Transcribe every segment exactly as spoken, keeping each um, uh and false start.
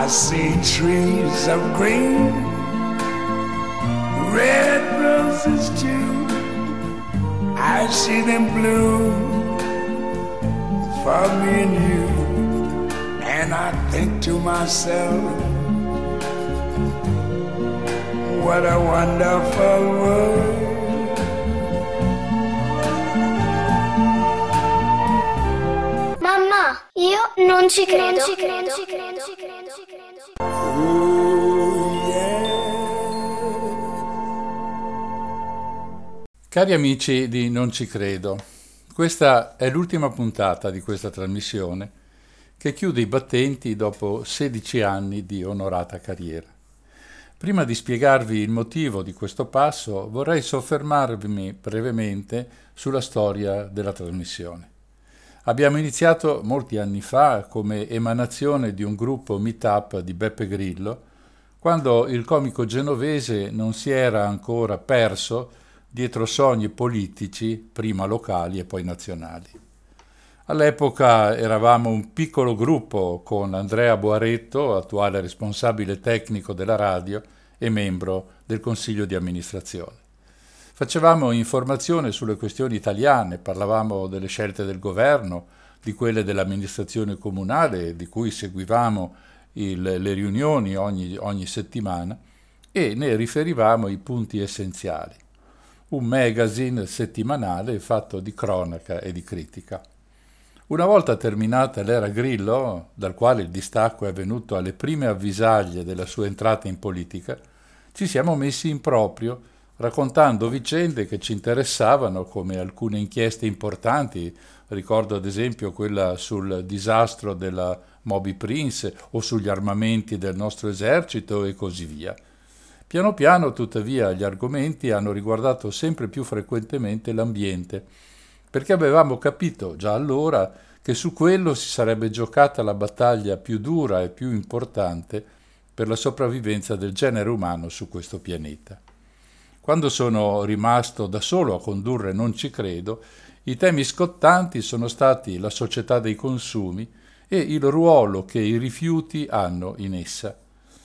I see trees of green, red roses too. I see them bloom for me and you. And I think to myself, what a wonderful world. Mamma, io non ci credo. Non ci credo. Non ci credo. Non ci credo. Oh, yeah. Cari amici di Non ci credo, questa è l'ultima puntata di questa trasmissione che chiude i battenti dopo sedici anni di onorata carriera. Prima di spiegarvi il motivo di questo passo, vorrei soffermarmi brevemente sulla storia della trasmissione. Abbiamo iniziato molti anni fa come emanazione di un gruppo meet-up di Beppe Grillo, quando il comico genovese non si era ancora perso dietro sogni politici, prima locali e poi nazionali. All'epoca eravamo un piccolo gruppo con Andrea Boaretto, attuale responsabile tecnico della radio e membro del consiglio di amministrazione. Facevamo informazione sulle questioni italiane, parlavamo delle scelte del governo, di quelle dell'amministrazione comunale, di cui seguivamo il, le riunioni ogni, ogni settimana, e ne riferivamo i punti essenziali. Un magazine settimanale fatto di cronaca e di critica. Una volta terminata l'era Grillo, dal quale il distacco è avvenuto alle prime avvisaglie della sua entrata in politica, ci siamo messi in proprio, raccontando vicende che ci interessavano, come alcune inchieste importanti, ricordo ad esempio quella sul disastro della Moby Prince o sugli armamenti del nostro esercito e così via. Piano piano, tuttavia, gli argomenti hanno riguardato sempre più frequentemente l'ambiente, perché avevamo capito già allora che su quello si sarebbe giocata la battaglia più dura e più importante per la sopravvivenza del genere umano su questo pianeta. Quando sono rimasto da solo a condurre Non ci credo, i temi scottanti sono stati la società dei consumi e il ruolo che i rifiuti hanno in essa.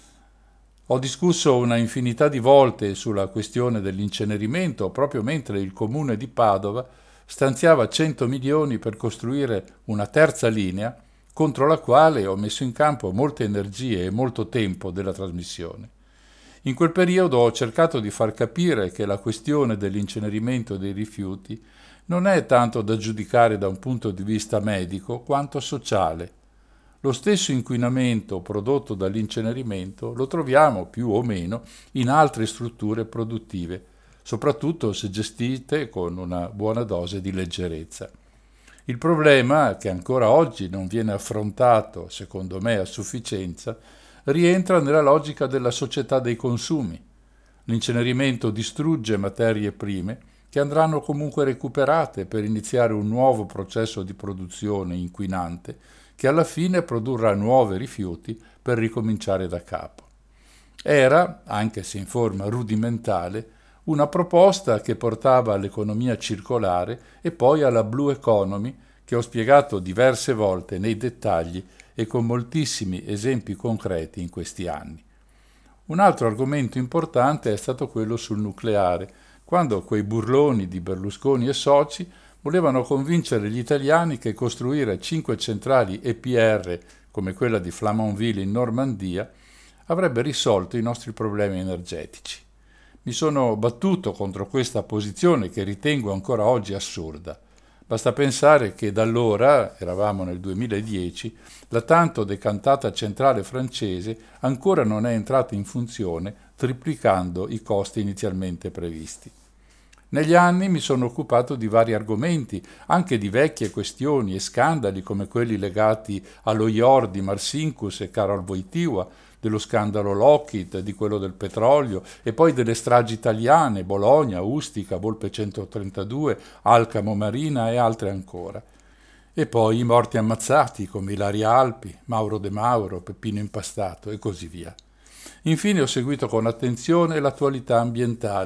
Ho discusso una infinità di volte sulla questione dell'incenerimento proprio mentre il comune di Padova stanziava cento milioni per costruire una terza linea contro la quale ho messo in campo molte energie e molto tempo della trasmissione. In quel periodo ho cercato di far capire che la questione dell'incenerimento dei rifiuti non è tanto da giudicare da un punto di vista medico quanto sociale. Lo stesso inquinamento prodotto dall'incenerimento lo troviamo più o meno in altre strutture produttive, soprattutto se gestite con una buona dose di leggerezza. Il problema, che ancora oggi non viene affrontato, secondo me a sufficienza, rientra nella logica della società dei consumi. L'incenerimento distrugge materie prime che andranno comunque recuperate per iniziare un nuovo processo di produzione inquinante che alla fine produrrà nuovi rifiuti per ricominciare da capo. Era, anche se in forma rudimentale, una proposta che portava all'economia circolare e poi alla Blue Economy, che ho spiegato diverse volte nei dettagli e con moltissimi esempi concreti in questi anni. Un altro argomento importante è stato quello sul nucleare, quando quei burloni di Berlusconi e soci volevano convincere gli italiani che costruire cinque centrali E P R, come quella di Flamanville in Normandia, avrebbe risolto i nostri problemi energetici. Mi sono battuto contro questa posizione che ritengo ancora oggi assurda. Basta pensare che da allora, eravamo nel duemiladieci, la tanto decantata centrale francese ancora non è entrata in funzione, triplicando i costi inizialmente previsti. Negli anni mi sono occupato di vari argomenti, anche di vecchie questioni e scandali come quelli legati allo I O R di Marcinkus e Karol Wojtyła, dello scandalo Lockheed, di quello del petrolio e poi delle stragi italiane, Bologna, Ustica, Volpe centotrentadue, Alcamo Marina e altre ancora. E poi i morti ammazzati come Ilaria Alpi, Mauro De Mauro, Peppino Impastato e così via. Infine ho seguito con attenzione l'attualità ambientale,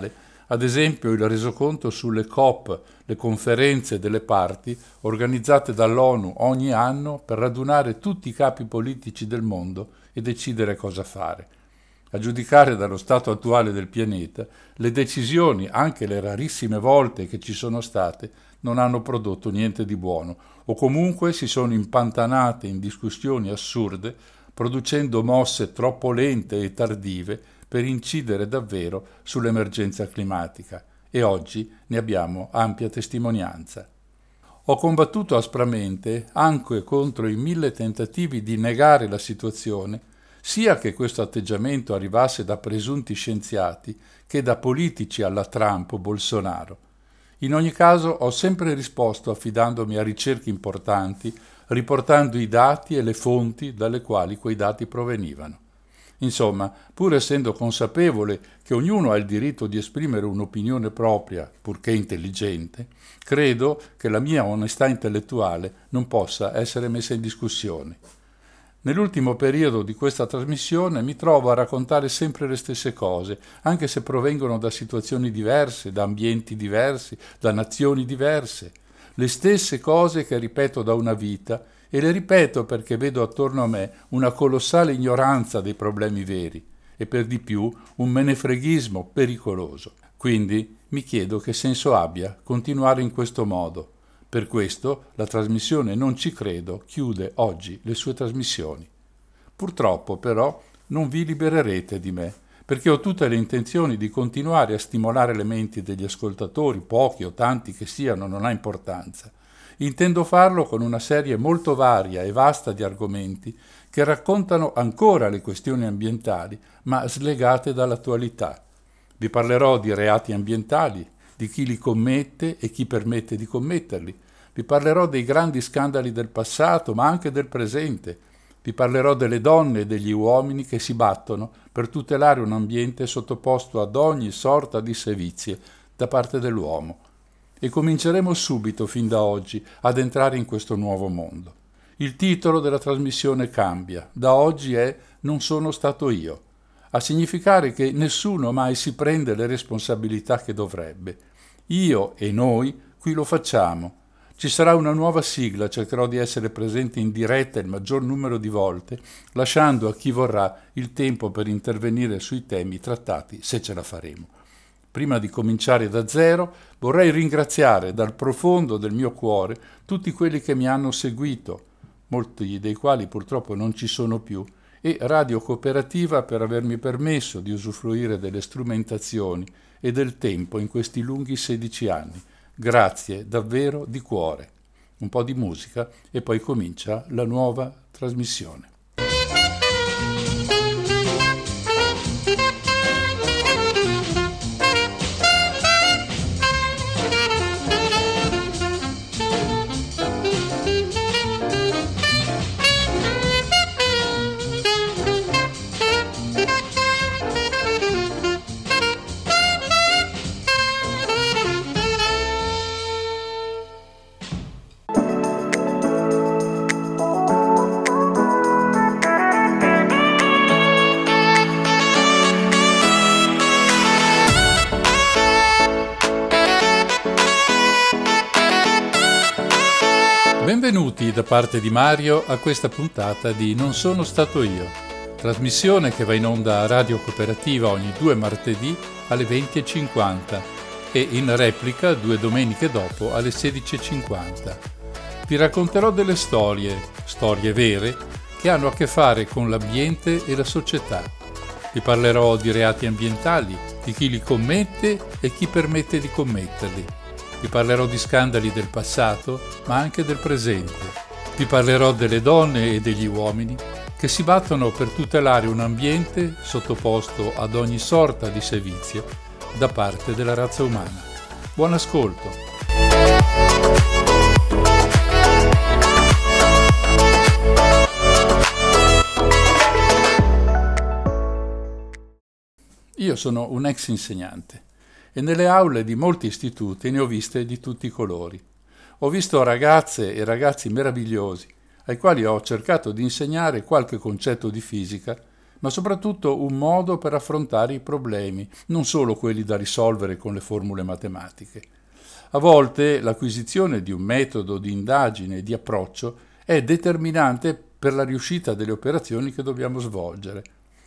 Ad esempio il resoconto sulle COP, le conferenze delle parti organizzate dall'ONU ogni anno per radunare tutti i capi politici del mondo e decidere cosa fare. A giudicare dallo stato attuale del pianeta, le decisioni, anche le rarissime volte che ci sono state, non hanno prodotto niente di buono, o comunque si sono impantanate in discussioni assurde, producendo mosse troppo lente e tardive per incidere davvero sull'emergenza climatica, e oggi ne abbiamo ampia testimonianza. Ho combattuto aspramente anche contro i mille tentativi di negare la situazione, sia che questo atteggiamento arrivasse da presunti scienziati che da politici alla Trump o Bolsonaro. In ogni caso ho sempre risposto affidandomi a ricerche importanti, riportando i dati e le fonti dalle quali quei dati provenivano. Insomma, pur essendo consapevole che ognuno ha il diritto di esprimere un'opinione propria, purché intelligente, credo che la mia onestà intellettuale non possa essere messa in discussione. Nell'ultimo periodo di questa trasmissione mi trovo a raccontare sempre le stesse cose, anche se provengono da situazioni diverse, da ambienti diversi, da nazioni diverse. Le stesse cose che ripeto da una vita, e le ripeto perché vedo attorno a me una colossale ignoranza dei problemi veri e per di più un menefreghismo pericoloso. Quindi mi chiedo che senso abbia continuare in questo modo. Per questo la trasmissione Non ci credo chiude oggi le sue trasmissioni. Purtroppo però non vi libererete di me, perché ho tutte le intenzioni di continuare a stimolare le menti degli ascoltatori, pochi o tanti che siano, non ha importanza. Intendo farlo con una serie molto varia e vasta di argomenti che raccontano ancora le questioni ambientali, ma slegate dall'attualità. Vi parlerò di reati ambientali, di chi li commette e chi permette di commetterli. Vi parlerò dei grandi scandali del passato, ma anche del presente. Vi parlerò delle donne e degli uomini che si battono per tutelare un ambiente sottoposto ad ogni sorta di sevizie da parte dell'uomo. E cominceremo subito, fin da oggi, ad entrare in questo nuovo mondo. Il titolo della trasmissione cambia. Da oggi è Non sono stato io, a significare che nessuno mai si prende le responsabilità che dovrebbe. Io e noi qui lo facciamo. Ci sarà una nuova sigla, cercherò di essere presente in diretta il maggior numero di volte, lasciando a chi vorrà il tempo per intervenire sui temi trattati, se ce la faremo. Prima di cominciare da zero, vorrei ringraziare dal profondo del mio cuore tutti quelli che mi hanno seguito, molti dei quali purtroppo non ci sono più, e Radio Cooperativa per avermi permesso di usufruire delle strumentazioni e del tempo in questi lunghi sedici anni. Grazie davvero di cuore. Un po' di musica e poi comincia la nuova trasmissione. Benvenuti da parte di Mario a questa puntata di Non sono stato io, trasmissione che va in onda a Radio Cooperativa ogni due martedì alle venti e cinquanta e in replica due domeniche dopo alle sedici e cinquanta. Vi racconterò delle storie, storie vere, che hanno a che fare con l'ambiente e la società. Vi parlerò di reati ambientali, di chi li commette e chi permette di commetterli. Vi parlerò di scandali del passato, ma anche del presente. Vi parlerò delle donne e degli uomini che si battono per tutelare un ambiente sottoposto ad ogni sorta di sevizia da parte della razza umana. Buon ascolto! Io sono un ex insegnante e nelle aule di molti istituti ne ho viste di tutti i colori. Ho visto ragazze e ragazzi meravigliosi, ai quali ho cercato di insegnare qualche concetto di fisica, ma soprattutto un modo per affrontare i problemi, non solo quelli da risolvere con le formule matematiche. A volte l'acquisizione di un metodo di indagine e di approccio è determinante per la riuscita delle operazioni che dobbiamo svolgere.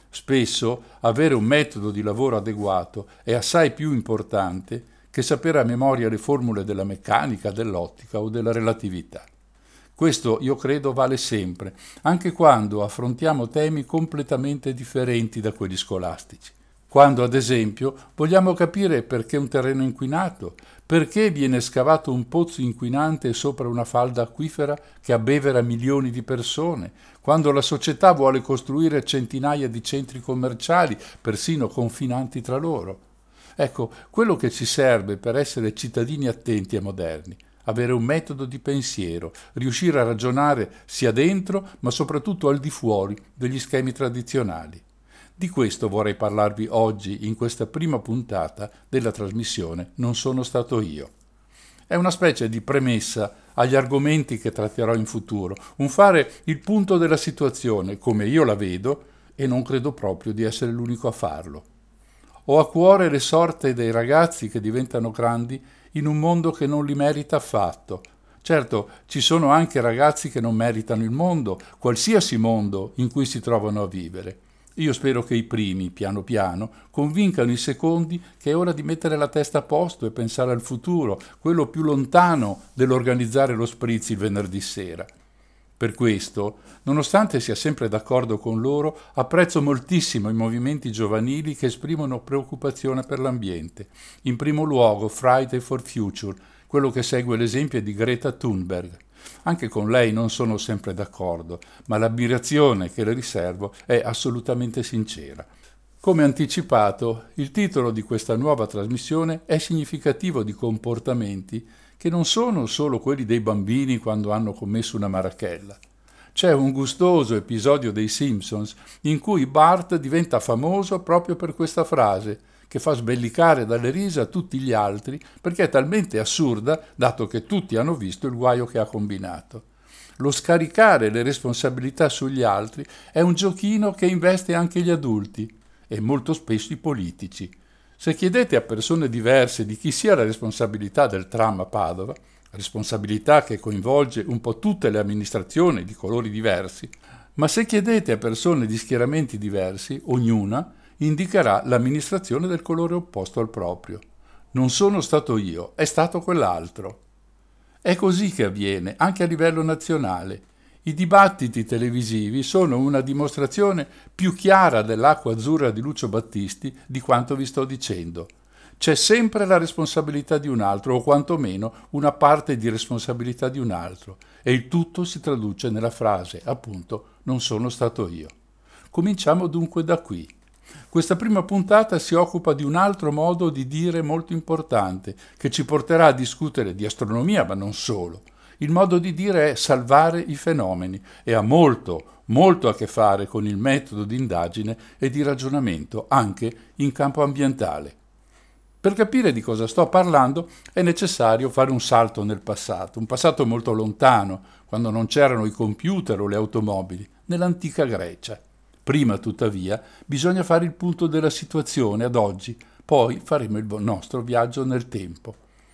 Spesso avere un metodo di lavoro adeguato è assai più importante che sapere a memoria le formule della meccanica, dell'ottica o della relatività. Questo, io credo, vale sempre, anche quando affrontiamo temi completamente differenti da quelli scolastici. Quando, ad esempio, vogliamo capire perché un terreno è inquinato, perché viene scavato un pozzo inquinante sopra una falda acquifera che abbevera milioni di persone, quando la società vuole costruire centinaia di centri commerciali, persino confinanti tra loro. Ecco, quello che ci serve per essere cittadini attenti e moderni, avere un metodo di pensiero, riuscire a ragionare sia dentro, ma soprattutto al di fuori degli schemi tradizionali. Di questo vorrei parlarvi oggi in questa prima puntata della trasmissione Non sono stato io. È una specie di premessa agli argomenti che tratterò in futuro, un fare il punto della situazione come io la vedo e non credo proprio di essere l'unico a farlo. Ho a cuore le sorti dei ragazzi che diventano grandi in un mondo che non li merita affatto. Certo, ci sono anche ragazzi che non meritano il mondo, qualsiasi mondo in cui si trovano a vivere. Io spero che i primi, piano piano, convincano i secondi che è ora di mettere la testa a posto e pensare al futuro, quello più lontano dell'organizzare lo spritz il venerdì sera. Per questo, nonostante sia sempre d'accordo con loro, apprezzo moltissimo i movimenti giovanili che esprimono preoccupazione per l'ambiente. In primo luogo Friday for Future, quello che segue l'esempio di Greta Thunberg. Anche con lei non sono sempre d'accordo, ma l'ammirazione che le riservo è assolutamente sincera. Come anticipato, il titolo di questa nuova trasmissione è significativo di comportamenti che non sono solo quelli dei bambini quando hanno commesso una marachella. C'è un gustoso episodio dei Simpsons in cui Bart diventa famoso proprio per questa frase, che fa sbellicare dalle risa tutti gli altri perché è talmente assurda, dato che tutti hanno visto il guaio che ha combinato. Lo scaricare le responsabilità sugli altri è un giochino che investe anche gli adulti e molto spesso i politici. Se chiedete a persone diverse di chi sia la responsabilità del tram a Padova, responsabilità che coinvolge un po' tutte le amministrazioni di colori diversi, ma se chiedete a persone di schieramenti diversi, ognuna indicherà l'amministrazione del colore opposto al proprio. Non sono stato io, è stato quell'altro. È così che avviene, anche a livello nazionale. I dibattiti televisivi sono una dimostrazione più chiara dell'acqua azzurra di Lucio Battisti di quanto vi sto dicendo. C'è sempre la responsabilità di un altro, o quantomeno una parte di responsabilità di un altro, e il tutto si traduce nella frase, appunto, non sono stato io. Cominciamo dunque da qui. Questa prima puntata si occupa di un altro modo di dire molto importante, che ci porterà a discutere di astronomia, ma non solo. Il modo di dire è salvare i fenomeni e ha molto, molto a che fare con il metodo di indagine e di ragionamento, anche in campo ambientale. Per capire di cosa sto parlando è necessario fare un salto nel passato, un passato molto lontano, quando non c'erano i computer o le automobili, nell'antica Grecia. Prima, tuttavia, bisogna fare il punto della situazione ad oggi, poi faremo il nostro viaggio nel tempo.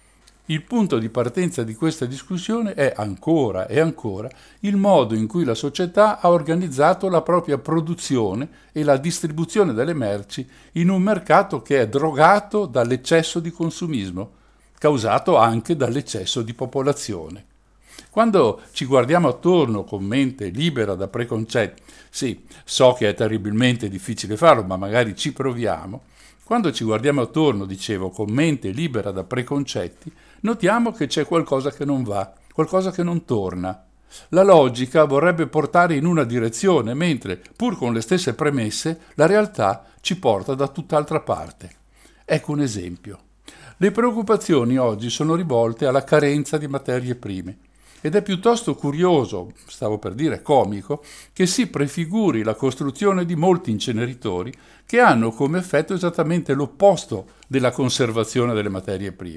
Il punto di partenza di questa discussione è ancora e ancora il modo in cui la società ha organizzato la propria produzione e la distribuzione delle merci in un mercato che è drogato dall'eccesso di consumismo, causato anche dall'eccesso di popolazione. Quando ci guardiamo attorno con mente libera da preconcetti, sì, so che è terribilmente difficile farlo, ma magari ci proviamo. Quando ci guardiamo attorno, dicevo, con mente libera da preconcetti, notiamo che c'è qualcosa che non va, qualcosa che non torna. La logica vorrebbe portare in una direzione, mentre, pur con le stesse premesse, la realtà ci porta da tutt'altra parte. Ecco un esempio. Le preoccupazioni oggi sono rivolte alla carenza di materie prime. Ed è piuttosto curioso, stavo per dire comico, che si prefiguri la costruzione di molti inceneritori che hanno come effetto esattamente l'opposto della conservazione delle materie prime.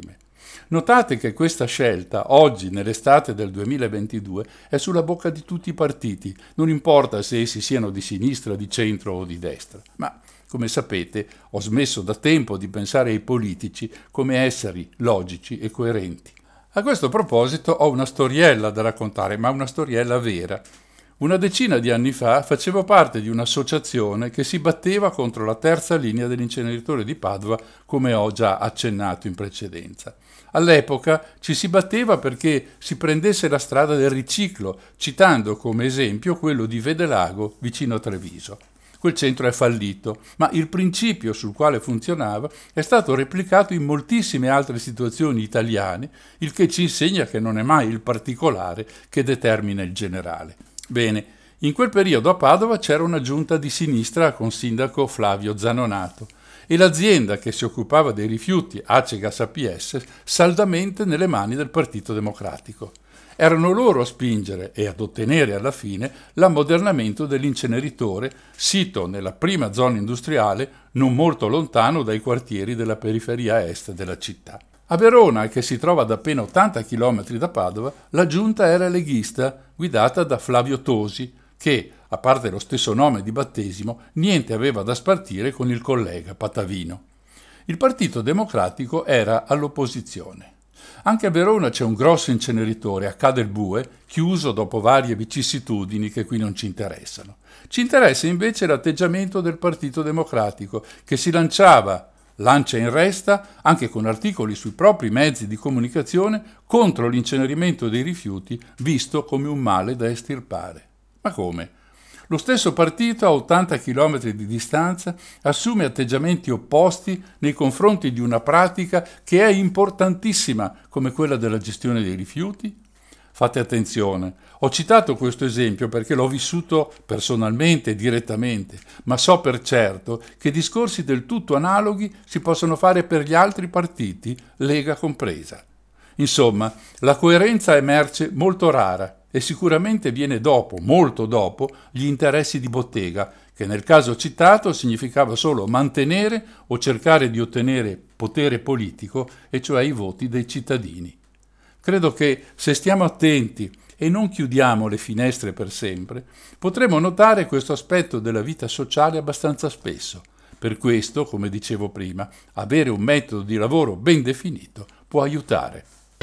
Notate che questa scelta, oggi, nell'estate del duemilaventidue, è sulla bocca di tutti i partiti, non importa se essi siano di sinistra, di centro o di destra. Ma, come sapete, ho smesso da tempo di pensare ai politici come esseri logici e coerenti. A questo proposito ho una storiella da raccontare, ma una storiella vera. Una decina di anni fa facevo parte di un'associazione che si batteva contro la terza linea dell'inceneritore di Padova, come ho già accennato in precedenza. All'epoca ci si batteva perché si prendesse la strada del riciclo, citando come esempio quello di Vedelago, vicino a Treviso. Quel centro è fallito, ma il principio sul quale funzionava è stato replicato in moltissime altre situazioni italiane, il che ci insegna che non è mai il particolare che determina il generale. Bene, in quel periodo a Padova c'era una giunta di sinistra con sindaco Flavio Zanonato e l'azienda che si occupava dei rifiuti, Acegas A P S, saldamente nelle mani del Partito Democratico. Erano loro a spingere e ad ottenere alla fine l'ammodernamento dell'inceneritore, sito nella prima zona industriale non molto lontano dai quartieri della periferia est della città. A Verona, che si trova ad appena ottanta chilometri da Padova, la giunta era leghista, guidata da Flavio Tosi, che, a parte lo stesso nome di battesimo, niente aveva da spartire con il collega Patavino. Il Partito Democratico era all'opposizione. Anche a Verona c'è un grosso inceneritore, a Ca del Bue, chiuso dopo varie vicissitudini che qui non ci interessano. Ci interessa invece l'atteggiamento del Partito Democratico, che si lanciava lancia in resta, anche con articoli sui propri mezzi di comunicazione, contro l'incenerimento dei rifiuti visto come un male da estirpare. Ma come? Lo stesso partito a ottanta chilometri di distanza assume atteggiamenti opposti nei confronti di una pratica che è importantissima come quella della gestione dei rifiuti? Fate attenzione, ho citato questo esempio perché l'ho vissuto personalmente e direttamente, ma so per certo che discorsi del tutto analoghi si possono fare per gli altri partiti, Lega compresa. Insomma, la coerenza è merce molto rara e sicuramente viene dopo, molto dopo, gli interessi di bottega, che nel caso citato significava solo mantenere o cercare di ottenere potere politico, e cioè i voti dei cittadini. Credo che se stiamo attenti e non chiudiamo le finestre per sempre, potremo notare questo aspetto della vita sociale abbastanza spesso. Per questo, come dicevo prima, avere un metodo di lavoro ben definito può aiutare.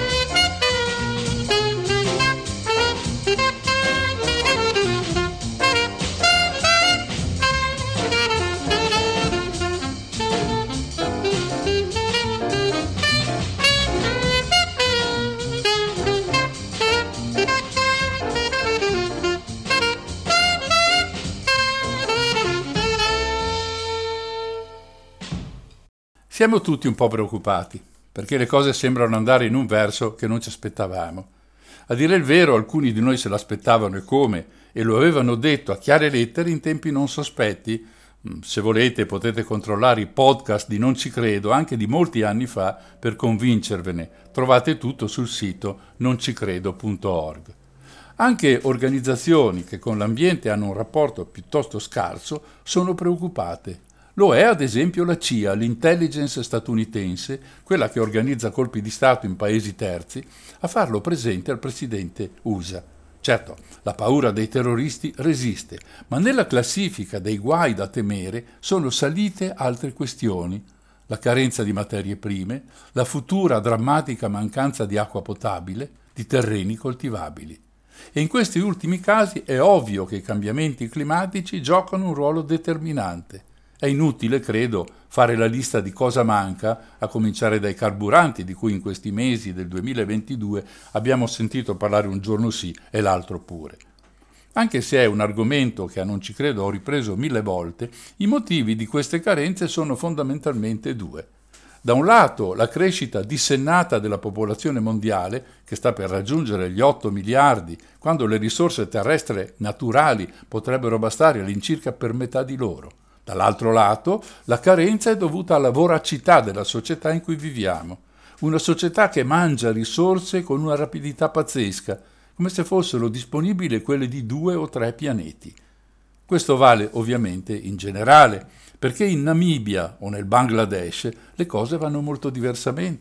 Siamo tutti un po' preoccupati, perché le cose sembrano andare in un verso che non ci aspettavamo. A dire il vero, alcuni di noi se l'aspettavano e come, e lo avevano detto a chiare lettere in tempi non sospetti. Se volete potete controllare i podcast di Non ci credo, anche di molti anni fa, per convincervene. Trovate tutto sul sito non ci credo punto org. Anche organizzazioni che con l'ambiente hanno un rapporto piuttosto scarso sono preoccupate. Lo è ad esempio la C I A, l'intelligence statunitense, quella che organizza colpi di Stato in paesi terzi, a farlo presente al presidente U S A. Certo, la paura dei terroristi resiste, ma nella classifica dei guai da temere sono salite altre questioni: la carenza di materie prime, la futura drammatica mancanza di acqua potabile, di terreni coltivabili. E in questi ultimi casi è ovvio che i cambiamenti climatici giocano un ruolo determinante. È inutile, credo, fare la lista di cosa manca, a cominciare dai carburanti, di cui in questi mesi del duemilaventidue abbiamo sentito parlare un giorno sì e l'altro pure. Anche se è un argomento che a Non ci credo ho ripreso mille volte, i motivi di queste carenze sono fondamentalmente due. Da un lato la crescita dissennata della popolazione mondiale, che sta per raggiungere gli otto miliardi, quando le risorse terrestri naturali potrebbero bastare all'incirca per metà di loro. Dall'altro lato, la carenza è dovuta alla voracità della società in cui viviamo, una società che mangia risorse con una rapidità pazzesca, come se fossero disponibili quelle di due o tre pianeti. Questo vale ovviamente in generale, perché in Namibia o nel Bangladesh le cose vanno molto diversamente.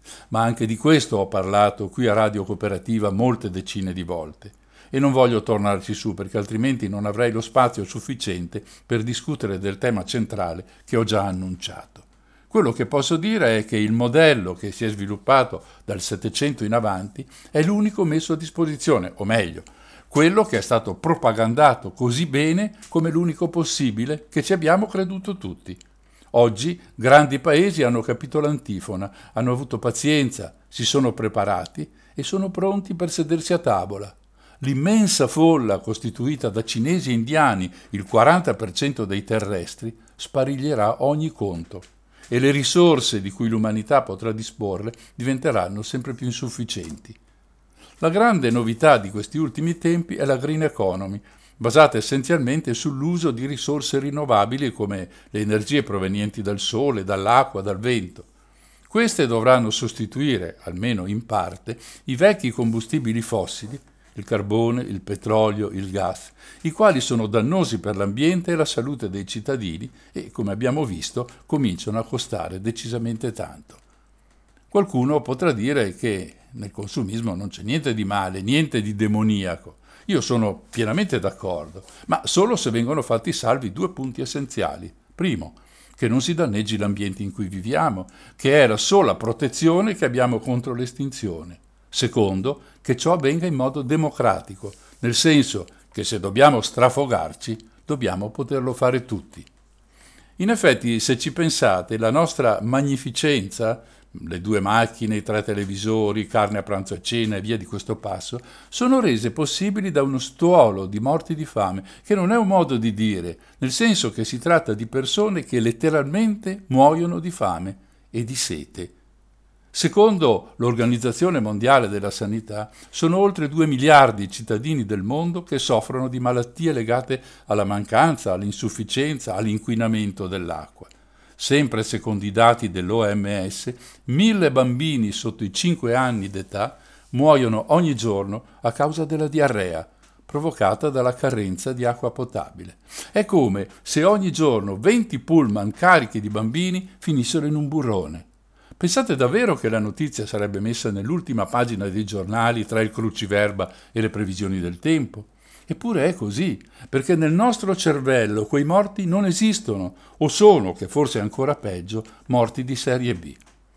Ma anche di questo ho parlato qui a Radio Cooperativa molte decine di volte. E non voglio tornarci su perché altrimenti non avrei lo spazio sufficiente per discutere del tema centrale che ho già annunciato. Quello che posso dire è che il modello che si è sviluppato dal Settecento in avanti è l'unico messo a disposizione, o meglio, quello che è stato propagandato così bene come l'unico possibile che ci abbiamo creduto tutti. Oggi grandi paesi hanno capito l'antifona, hanno avuto pazienza, si sono preparati e sono pronti per sedersi a tavola. L'immensa folla costituita da cinesi e indiani, il quaranta per cento dei terrestri, spariglierà ogni conto e le risorse di cui l'umanità potrà disporre diventeranno sempre più insufficienti. La grande novità di questi ultimi tempi è la green economy, basata essenzialmente sull'uso di risorse rinnovabili come le energie provenienti dal sole, dall'acqua, dal vento. Queste dovranno sostituire, almeno in parte, i vecchi combustibili fossili, il carbone, il petrolio, il gas, i quali sono dannosi per l'ambiente e la salute dei cittadini e, come abbiamo visto, cominciano a costare decisamente tanto. Qualcuno potrà dire che nel consumismo non c'è niente di male, niente di demoniaco. Io sono pienamente d'accordo, ma solo se vengono fatti salvi due punti essenziali. Primo, che non si danneggi l'ambiente in cui viviamo, che è la sola protezione che abbiamo contro l'estinzione. Secondo, che ciò avvenga in modo democratico, nel senso che se dobbiamo strafogarci, dobbiamo poterlo fare tutti. In effetti, se ci pensate, la nostra magnificenza, le due macchine, i tre televisori, carne a pranzo e cena e via di questo passo, sono rese possibili da uno stuolo di morti di fame, che non è un modo di dire, nel senso che si tratta di persone che letteralmente muoiono di fame e di sete. Secondo l'Organizzazione Mondiale della Sanità, sono oltre due miliardi i cittadini del mondo che soffrono di malattie legate alla mancanza, all'insufficienza, all'inquinamento dell'acqua. Sempre secondo i dati dell'O M S, mille bambini sotto i cinque anni d'età muoiono ogni giorno a causa della diarrea, provocata dalla carenza di acqua potabile. È come se ogni giorno venti pullman carichi di bambini finissero in un burrone. Pensate davvero che la notizia sarebbe messa nell'ultima pagina dei giornali tra il cruciverba e le previsioni del tempo? Eppure è così, perché nel nostro cervello quei morti non esistono, o sono, che forse è ancora peggio, morti di serie B.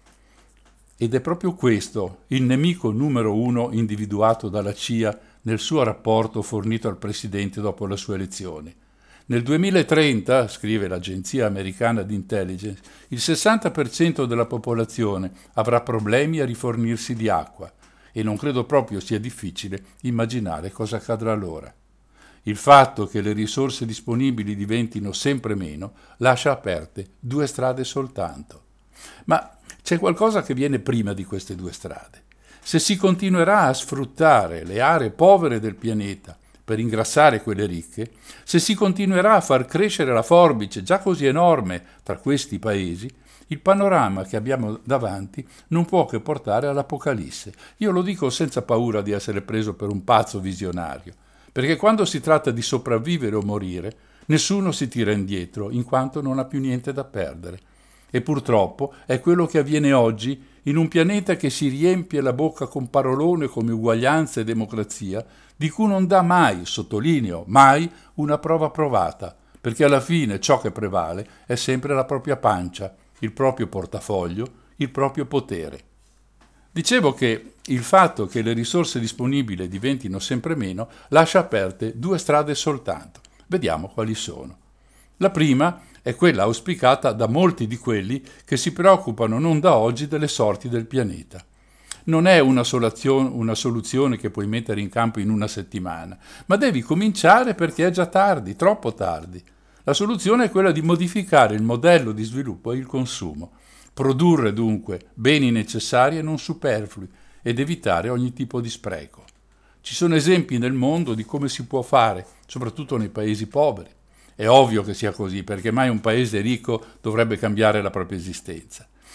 Ed è proprio questo il nemico numero uno individuato dalla C I A nel suo rapporto fornito al Presidente dopo la sua elezione. Nel duemilatrenta, scrive l'agenzia americana di intelligence, il sessanta per cento della popolazione avrà problemi a rifornirsi di acqua e non credo proprio sia difficile immaginare cosa accadrà allora. Il fatto che le risorse disponibili diventino sempre meno lascia aperte due strade soltanto. Ma c'è qualcosa che viene prima di queste due strade. Se si continuerà a sfruttare le aree povere del pianeta per ingrassare quelle ricche, se si continuerà a far crescere la forbice già così enorme tra questi paesi, il panorama che abbiamo davanti non può che portare all'Apocalisse. Io lo dico senza paura di essere preso per un pazzo visionario, perché quando si tratta di sopravvivere o morire, nessuno si tira indietro, in quanto non ha più niente da perdere. E purtroppo è quello che avviene oggi in un pianeta che si riempie la bocca con parolone come uguaglianza e democrazia, di cui non dà mai, sottolineo, mai una prova provata, perché alla fine ciò che prevale è sempre la propria pancia, il proprio portafoglio, il proprio potere. Dicevo che il fatto che le risorse disponibili diventino sempre meno lascia aperte due strade soltanto. Vediamo quali sono. La prima è quella auspicata da molti di quelli che si preoccupano non da oggi delle sorti del pianeta. Non è una soluzione, una soluzione che puoi mettere in campo in una settimana, ma devi cominciare perché è già tardi, troppo tardi. La soluzione è quella di modificare il modello di sviluppo e il consumo, produrre dunque beni necessari e non superflui ed evitare ogni tipo di spreco. Ci sono esempi nel mondo di come si può fare, soprattutto nei paesi poveri. È ovvio che sia così, perché mai un paese ricco dovrebbe cambiare la propria esistenza.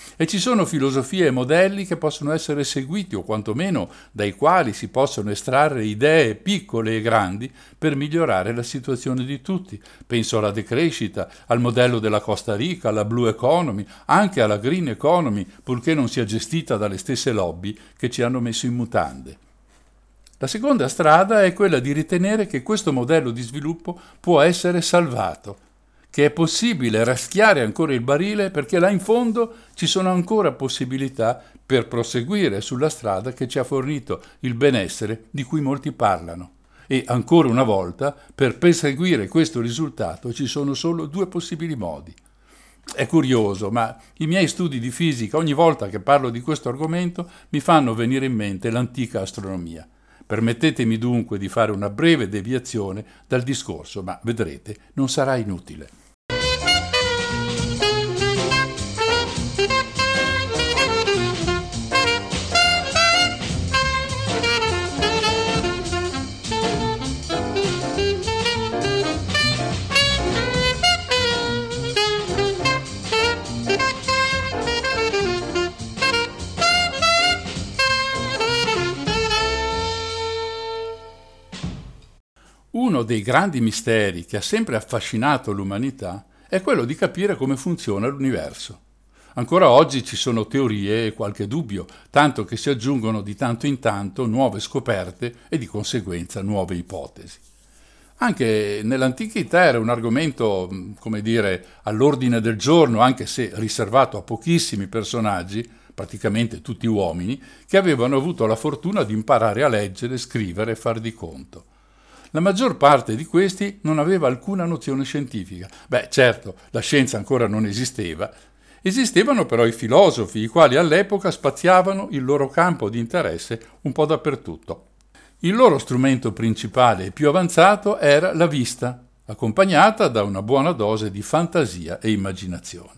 E ci sono filosofie e modelli che possono essere seguiti o quantomeno dai quali si possono estrarre idee piccole e grandi per migliorare la situazione di tutti. Penso alla decrescita, al modello della Costa Rica, alla Blue Economy, anche alla Green Economy, purché non sia gestita dalle stesse lobby che ci hanno messo in mutande. La seconda strada è quella di ritenere che questo modello di sviluppo può essere salvato, che è possibile raschiare ancora il barile perché là in fondo ci sono ancora possibilità per proseguire sulla strada che ci ha fornito il benessere di cui molti parlano. E ancora una volta, per perseguire questo risultato ci sono solo due possibili modi. È curioso, ma i miei studi di fisica, ogni volta che parlo di questo argomento, mi fanno venire in mente l'antica astronomia. Permettetemi dunque di fare una breve deviazione dal discorso, ma vedrete, non sarà inutile. Uno dei grandi misteri che ha sempre affascinato l'umanità è quello di capire come funziona l'universo. Ancora oggi ci sono teorie e qualche dubbio, tanto che si aggiungono di tanto in tanto nuove scoperte e di conseguenza nuove ipotesi. Anche nell'antichità era un argomento, come dire, all'ordine del giorno, anche se riservato a pochissimi personaggi, praticamente tutti uomini, che avevano avuto la fortuna di imparare a leggere, scrivere e far di conto. La maggior parte di questi non aveva alcuna nozione scientifica. Beh, certo, la scienza ancora non esisteva. Esistevano però i filosofi, i quali all'epoca spaziavano il loro campo di interesse un po' dappertutto. Il loro strumento principale e più avanzato era la vista, accompagnata da una buona dose di fantasia e immaginazione.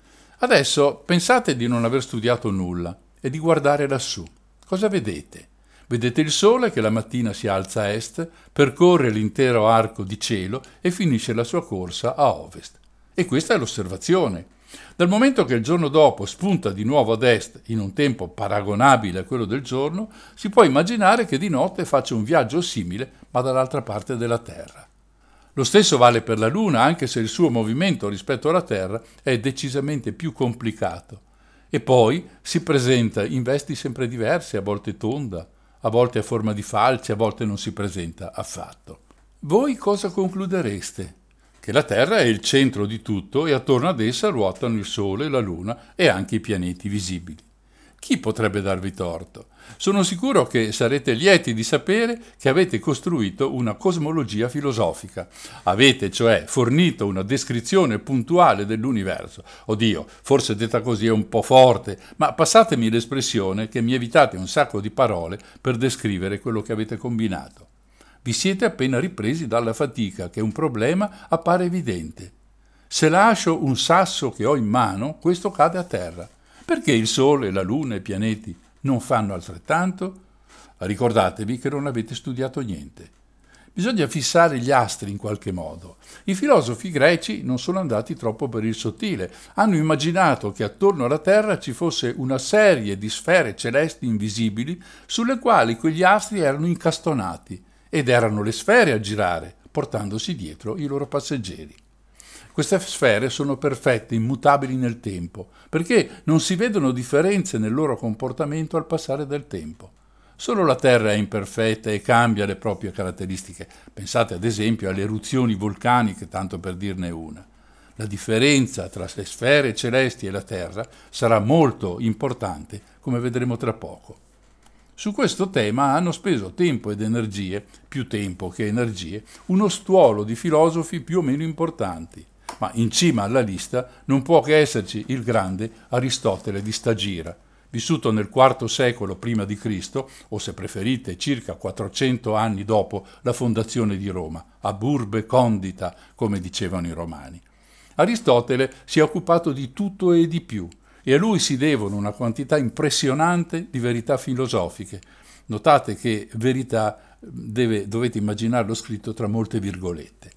Adesso pensate di non aver studiato nulla e di guardare lassù. Cosa vedete? Vedete il sole che la mattina si alza a est, percorre l'intero arco di cielo e finisce la sua corsa a ovest. E questa è l'osservazione. Dal momento che il giorno dopo spunta di nuovo ad est in un tempo paragonabile a quello del giorno, si può immaginare che di notte faccia un viaggio simile, ma dall'altra parte della Terra. Lo stesso vale per la Luna, anche se il suo movimento rispetto alla Terra è decisamente più complicato. E poi si presenta in vesti sempre diverse, a volte tonda, a volte a forma di falce, a volte non si presenta affatto. Voi cosa concludereste? Che la Terra è il centro di tutto e attorno ad essa ruotano il Sole, la Luna e anche i pianeti visibili. Chi potrebbe darvi torto? Sono sicuro che sarete lieti di sapere che avete costruito una cosmologia filosofica. Avete, cioè, fornito una descrizione puntuale dell'universo. Oddio, forse detta così è un po' forte, ma passatemi l'espressione che mi evitate un sacco di parole per descrivere quello che avete combinato. Vi siete appena ripresi dalla fatica, che un problema appare evidente. Se lascio un sasso che ho in mano, questo cade a terra. Perché il Sole, la Luna e i pianeti non fanno altrettanto? Ricordatevi che non avete studiato niente. Bisogna fissare gli astri in qualche modo. I filosofi greci non sono andati troppo per il sottile. Hanno immaginato che attorno alla Terra ci fosse una serie di sfere celesti invisibili sulle quali quegli astri erano incastonati ed erano le sfere a girare, portandosi dietro i loro passeggeri. Queste sfere sono perfette, immutabili nel tempo, perché non si vedono differenze nel loro comportamento al passare del tempo. Solo la Terra è imperfetta e cambia le proprie caratteristiche. Pensate ad esempio alle eruzioni vulcaniche, tanto per dirne una. La differenza tra le sfere celesti e la Terra sarà molto importante, come vedremo tra poco. Su questo tema hanno speso tempo ed energie, più tempo che energie, uno stuolo di filosofi più o meno importanti. Ma in cima alla lista non può che esserci il grande Aristotele di Stagira, vissuto nel quarto secolo prima di Cristo, o se preferite circa quattrocento anni dopo la fondazione di Roma, ab urbe condita, come dicevano i romani. Aristotele si è occupato di tutto e di più, e a lui si devono una quantità impressionante di verità filosofiche. Notate che verità deve, dovete immaginarlo scritto tra molte virgolette.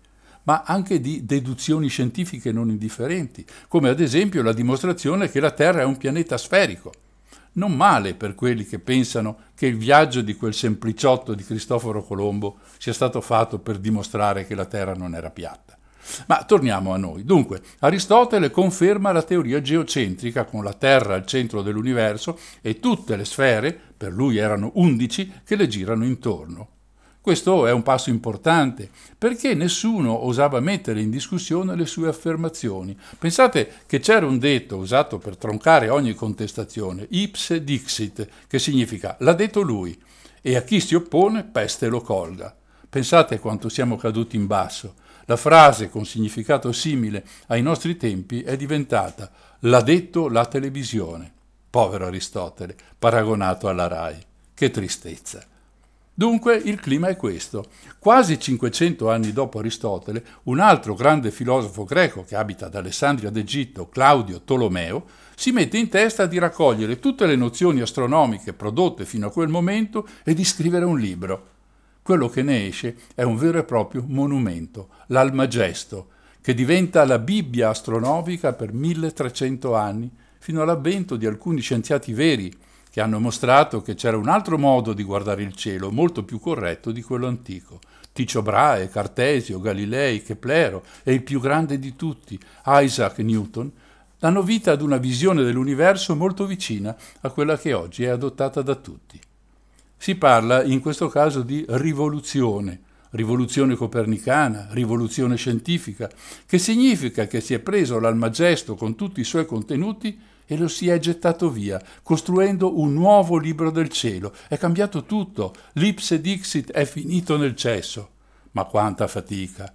ma anche di deduzioni scientifiche non indifferenti, come ad esempio la dimostrazione che la Terra è un pianeta sferico. Non male per quelli che pensano che il viaggio di quel sempliciotto di Cristoforo Colombo sia stato fatto per dimostrare che la Terra non era piatta. Ma torniamo a noi. Dunque, Aristotele conferma la teoria geocentrica con la Terra al centro dell'universo e tutte le sfere, per lui erano undici, che le girano intorno. Questo è un passo importante, perché nessuno osava mettere in discussione le sue affermazioni. Pensate che c'era un detto usato per troncare ogni contestazione, ipse dixit, che significa l'ha detto lui, e a chi si oppone peste lo colga. Pensate quanto siamo caduti in basso. La frase con significato simile ai nostri tempi è diventata l'ha detto la televisione. Povero Aristotele, paragonato alla RAI. Che tristezza. Dunque il clima è questo. Quasi cinquecento anni dopo Aristotele, un altro grande filosofo greco che abita ad Alessandria d'Egitto, Claudio Tolomeo, si mette in testa di raccogliere tutte le nozioni astronomiche prodotte fino a quel momento e di scrivere un libro. Quello che ne esce è un vero e proprio monumento, l'Almagesto, che diventa la Bibbia astronomica per milletrecento anni, fino all'avvento di alcuni scienziati veri, che hanno mostrato che c'era un altro modo di guardare il cielo, molto più corretto di quello antico. Tycho Brahe, Cartesio, Galilei, Keplero e il più grande di tutti, Isaac Newton, danno vita ad una visione dell'universo molto vicina a quella che oggi è adottata da tutti. Si parla in questo caso di rivoluzione, rivoluzione copernicana, rivoluzione scientifica, che significa che si è preso l'Almagesto con tutti i suoi contenuti e lo si è gettato via, costruendo un nuovo libro del cielo. È cambiato tutto, l'ipse dixit è finito nel cesso. Ma quanta fatica!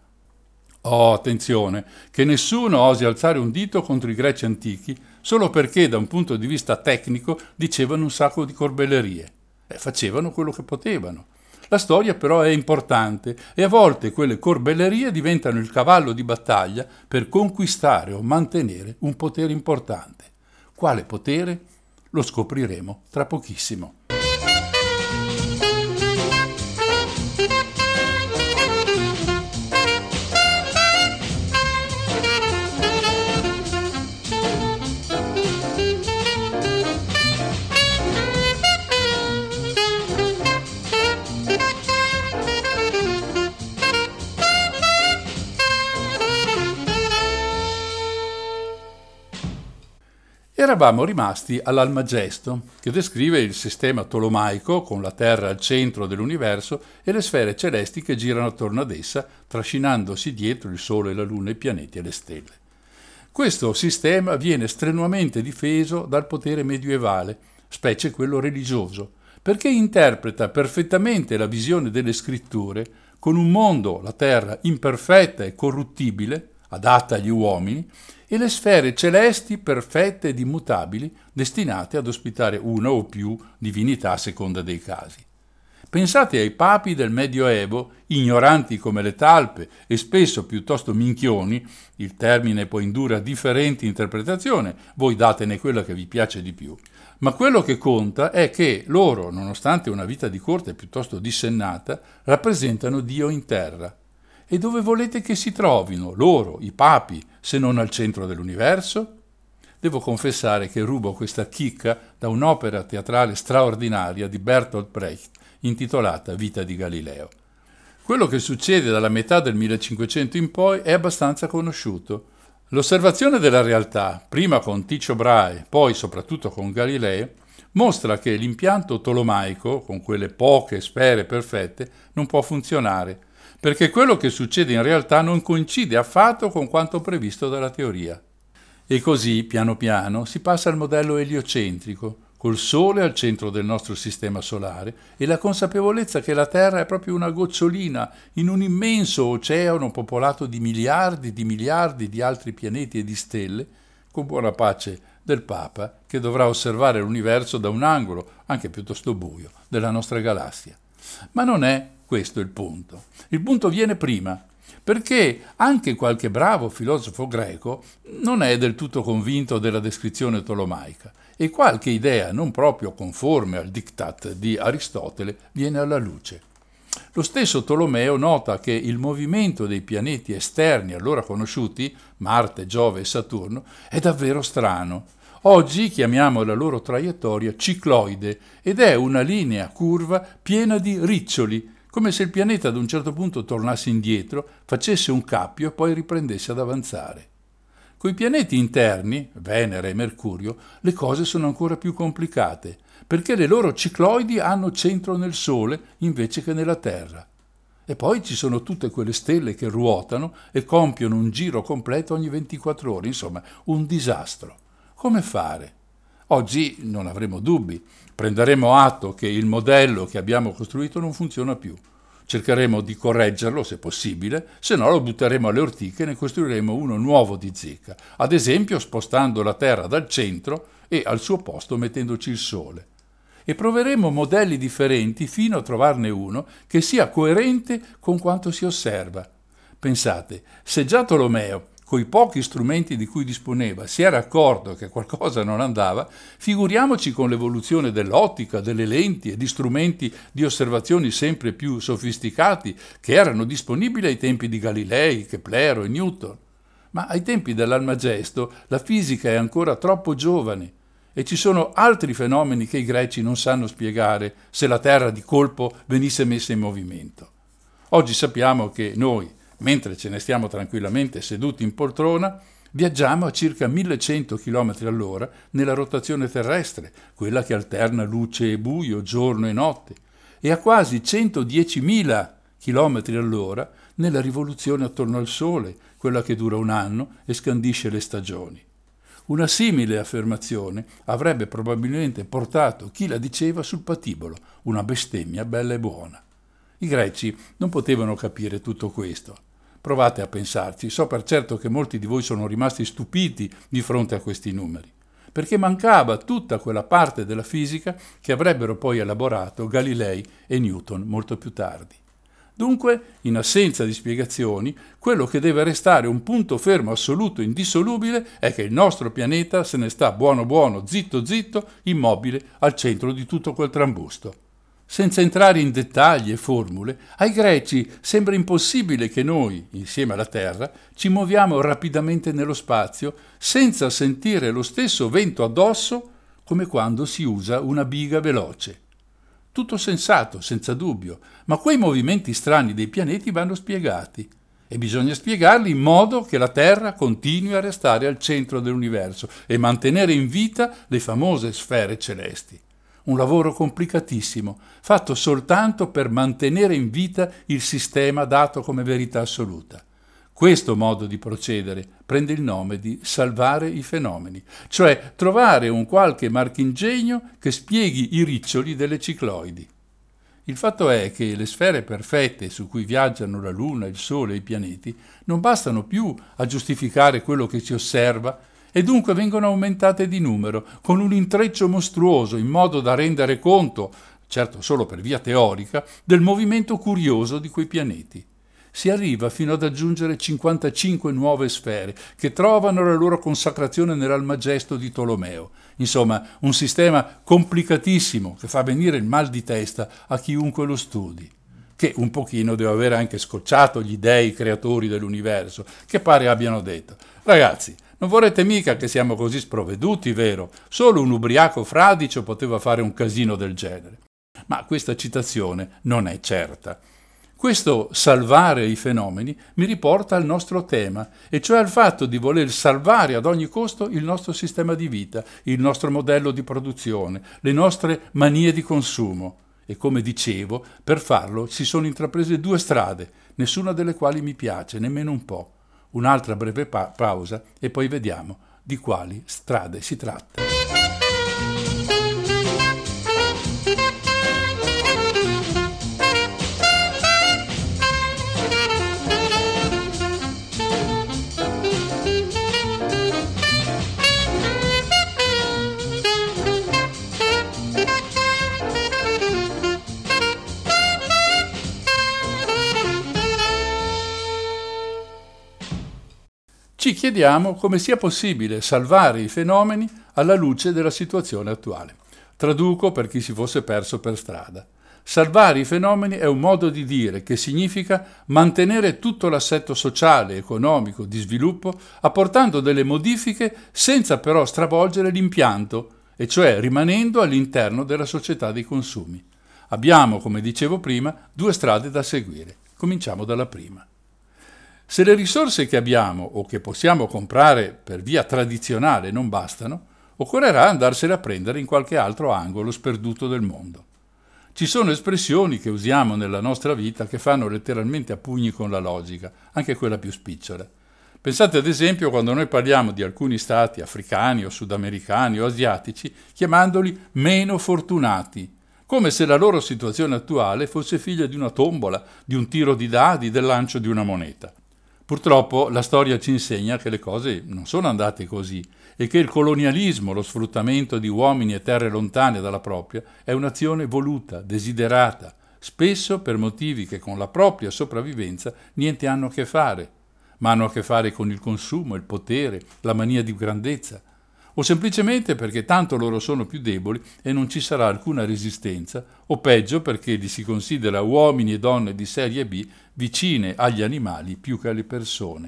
Oh, attenzione, che nessuno osi alzare un dito contro i greci antichi solo perché da un punto di vista tecnico dicevano un sacco di corbellerie. E facevano quello che potevano. La storia però è importante e a volte quelle corbellerie diventano il cavallo di battaglia per conquistare o mantenere un potere importante. Quale potere? Lo scopriremo tra pochissimo. Eravamo rimasti all'Almagesto, che descrive il sistema tolomaico con la Terra al centro dell'universo e le sfere celesti che girano attorno ad essa, trascinandosi dietro il Sole, la Luna, i pianeti e le stelle. Questo sistema viene strenuamente difeso dal potere medievale, specie quello religioso, perché interpreta perfettamente la visione delle scritture con un mondo, la Terra, imperfetta e corruttibile, adatta agli uomini, e le sfere celesti perfette ed immutabili, destinate ad ospitare una o più divinità a seconda dei casi. Pensate ai papi del Medioevo, ignoranti come le talpe e spesso piuttosto minchioni, il termine poi indura differenti interpretazioni, voi datene quella che vi piace di più. Ma quello che conta è che loro, nonostante una vita di corte piuttosto dissennata, rappresentano Dio in terra. E dove volete che si trovino loro, i papi, se non al centro dell'universo? Devo confessare che rubo questa chicca da un'opera teatrale straordinaria di Bertolt Brecht, intitolata Vita di Galileo. Quello che succede dalla metà del millecinquecento in poi è abbastanza conosciuto. L'osservazione della realtà, prima con Tycho Brahe, poi soprattutto con Galileo, mostra che l'impianto tolomaico, con quelle poche sfere perfette, non può funzionare, perché quello che succede in realtà non coincide affatto con quanto previsto dalla teoria. E così, piano piano, si passa al modello eliocentrico, col Sole al centro del nostro sistema solare e la consapevolezza che la Terra è proprio una gocciolina in un immenso oceano popolato di miliardi di miliardi di altri pianeti e di stelle, con buona pace del Papa, che dovrà osservare l'universo da un angolo, anche piuttosto buio, della nostra galassia. Ma non è questo il punto. Il punto viene prima, perché anche qualche bravo filosofo greco non è del tutto convinto della descrizione tolomaica e qualche idea non proprio conforme al diktat di Aristotele viene alla luce. Lo stesso Tolomeo nota che il movimento dei pianeti esterni allora conosciuti, Marte, Giove e Saturno, è davvero strano. Oggi chiamiamo la loro traiettoria cicloide ed è una linea curva piena di riccioli, come se il pianeta ad un certo punto tornasse indietro, facesse un cappio e poi riprendesse ad avanzare. Coi pianeti interni, Venere e Mercurio, le cose sono ancora più complicate, perché le loro cicloidi hanno centro nel Sole invece che nella Terra. E poi ci sono tutte quelle stelle che ruotano e compiono un giro completo ogni ventiquattro ore, insomma, un disastro. Come fare? Oggi non avremo dubbi, prenderemo atto che il modello che abbiamo costruito non funziona più. Cercheremo di correggerlo se possibile, se no lo butteremo alle ortiche e ne costruiremo uno nuovo di zecca, ad esempio spostando la Terra dal centro e al suo posto mettendoci il Sole. E proveremo modelli differenti fino a trovarne uno che sia coerente con quanto si osserva. Pensate, se già Tolomeo, coi pochi strumenti di cui disponeva, si era accorto che qualcosa non andava, figuriamoci con l'evoluzione dell'ottica, delle lenti e di strumenti di osservazioni sempre più sofisticati che erano disponibili ai tempi di Galilei, Keplero e Newton. Ma ai tempi dell'Almagesto la fisica è ancora troppo giovane e ci sono altri fenomeni che i greci non sanno spiegare se la Terra di colpo venisse messa in movimento. Oggi sappiamo che noi, mentre ce ne stiamo tranquillamente seduti in poltrona, viaggiamo a circa millecento chilometri all'ora nella rotazione terrestre, quella che alterna luce e buio, giorno e notte, e a quasi centodiecimila chilometri all'ora nella rivoluzione attorno al Sole, quella che dura un anno e scandisce le stagioni. Una simile affermazione avrebbe probabilmente portato chi la diceva sul patibolo, una bestemmia bella e buona. I greci non potevano capire tutto questo. Provate a pensarci, so per certo che molti di voi sono rimasti stupiti di fronte a questi numeri, perché mancava tutta quella parte della fisica che avrebbero poi elaborato Galilei e Newton molto più tardi. Dunque, in assenza di spiegazioni, quello che deve restare un punto fermo assoluto e indissolubile è che il nostro pianeta se ne sta buono buono, zitto zitto, immobile al centro di tutto quel trambusto. Senza entrare in dettagli e formule, ai greci sembra impossibile che noi, insieme alla Terra, ci muoviamo rapidamente nello spazio senza sentire lo stesso vento addosso come quando si usa una biga veloce. Tutto sensato, senza dubbio, ma quei movimenti strani dei pianeti vanno spiegati e bisogna spiegarli in modo che la Terra continui a restare al centro dell'universo e mantenere in vita le famose sfere celesti. Un lavoro complicatissimo, fatto soltanto per mantenere in vita il sistema dato come verità assoluta. Questo modo di procedere prende il nome di salvare i fenomeni, cioè trovare un qualche marchingegno che spieghi i riccioli delle cicloidi. Il fatto è che le sfere perfette su cui viaggiano la Luna, il Sole e i pianeti non bastano più a giustificare quello che si osserva e dunque vengono aumentate di numero, con un intreccio mostruoso in modo da rendere conto, certo solo per via teorica, del movimento curioso di quei pianeti. Si arriva fino ad aggiungere cinquantacinque nuove sfere che trovano la loro consacrazione nell'Almagesto di Tolomeo. Insomma, un sistema complicatissimo che fa venire il mal di testa a chiunque lo studi, che un pochino deve aver anche scocciato gli dei creatori dell'universo, che pare abbiano detto: ragazzi, non vorrete mica che siamo così sprovveduti, vero? Solo un ubriaco fradicio poteva fare un casino del genere. Ma questa citazione non è certa. Questo salvare i fenomeni mi riporta al nostro tema, e cioè al fatto di voler salvare ad ogni costo il nostro sistema di vita, il nostro modello di produzione, le nostre manie di consumo. E come dicevo, per farlo si sono intraprese due strade, nessuna delle quali mi piace, nemmeno un po'. Un'altra breve pa- pausa e poi vediamo di quali strade si tratta. Ci chiediamo come sia possibile salvare i fenomeni alla luce della situazione attuale. Traduco per chi si fosse perso per strada. Salvare i fenomeni è un modo di dire che significa mantenere tutto l'assetto sociale, economico, di sviluppo, apportando delle modifiche senza però stravolgere l'impianto, e cioè rimanendo all'interno della società dei consumi. Abbiamo, come dicevo prima, due strade da seguire. Cominciamo dalla prima. Se le risorse che abbiamo o che possiamo comprare per via tradizionale non bastano, occorrerà andarsene a prendere in qualche altro angolo sperduto del mondo. Ci sono espressioni che usiamo nella nostra vita che fanno letteralmente a pugni con la logica, anche quella più spicciola. Pensate ad esempio quando noi parliamo di alcuni stati africani o sudamericani o asiatici chiamandoli meno fortunati, come se la loro situazione attuale fosse figlia di una tombola, di un tiro di dadi, del lancio di una moneta. Purtroppo la storia ci insegna che le cose non sono andate così e che il colonialismo, lo sfruttamento di uomini e terre lontane dalla propria, è un'azione voluta, desiderata, spesso per motivi che con la propria sopravvivenza niente hanno a che fare, ma hanno a che fare con il consumo, il potere, la mania di grandezza, o semplicemente perché tanto loro sono più deboli e non ci sarà alcuna resistenza, o peggio perché li si considera uomini e donne di serie B vicine agli animali più che alle persone.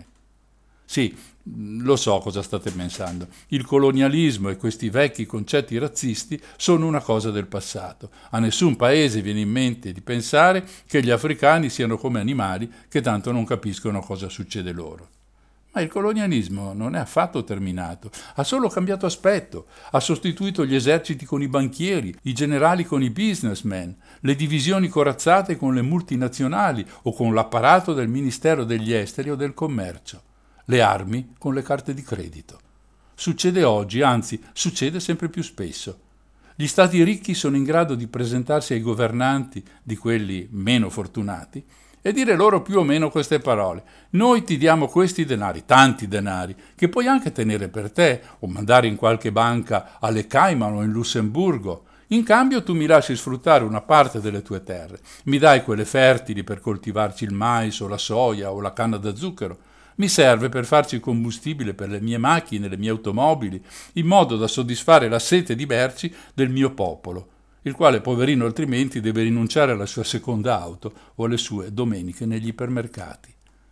Sì, lo so cosa state pensando. Il colonialismo e questi vecchi concetti razzisti sono una cosa del passato. A nessun paese viene in mente di pensare che gli africani siano come animali che tanto non capiscono cosa succede loro. Ma il colonialismo non è affatto terminato, ha solo cambiato aspetto, ha sostituito gli eserciti con i banchieri, i generali con i businessmen, le divisioni corazzate con le multinazionali o con l'apparato del Ministero degli Esteri o del Commercio, le armi con le carte di credito. Succede oggi, anzi succede sempre più spesso. Gli stati ricchi sono in grado di presentarsi ai governanti di quelli meno fortunati e dire loro più o meno queste parole: noi ti diamo questi denari, tanti denari, che puoi anche tenere per te o mandare in qualche banca alle Cayman o in Lussemburgo. In cambio tu mi lasci sfruttare una parte delle tue terre, mi dai quelle fertili per coltivarci il mais o la soia o la canna da zucchero, mi serve per farci combustibile per le mie macchine, le mie automobili, in modo da soddisfare la sete di merci del mio popolo, il quale poverino altrimenti deve rinunciare alla sua seconda auto o alle sue domeniche negli ipermercati.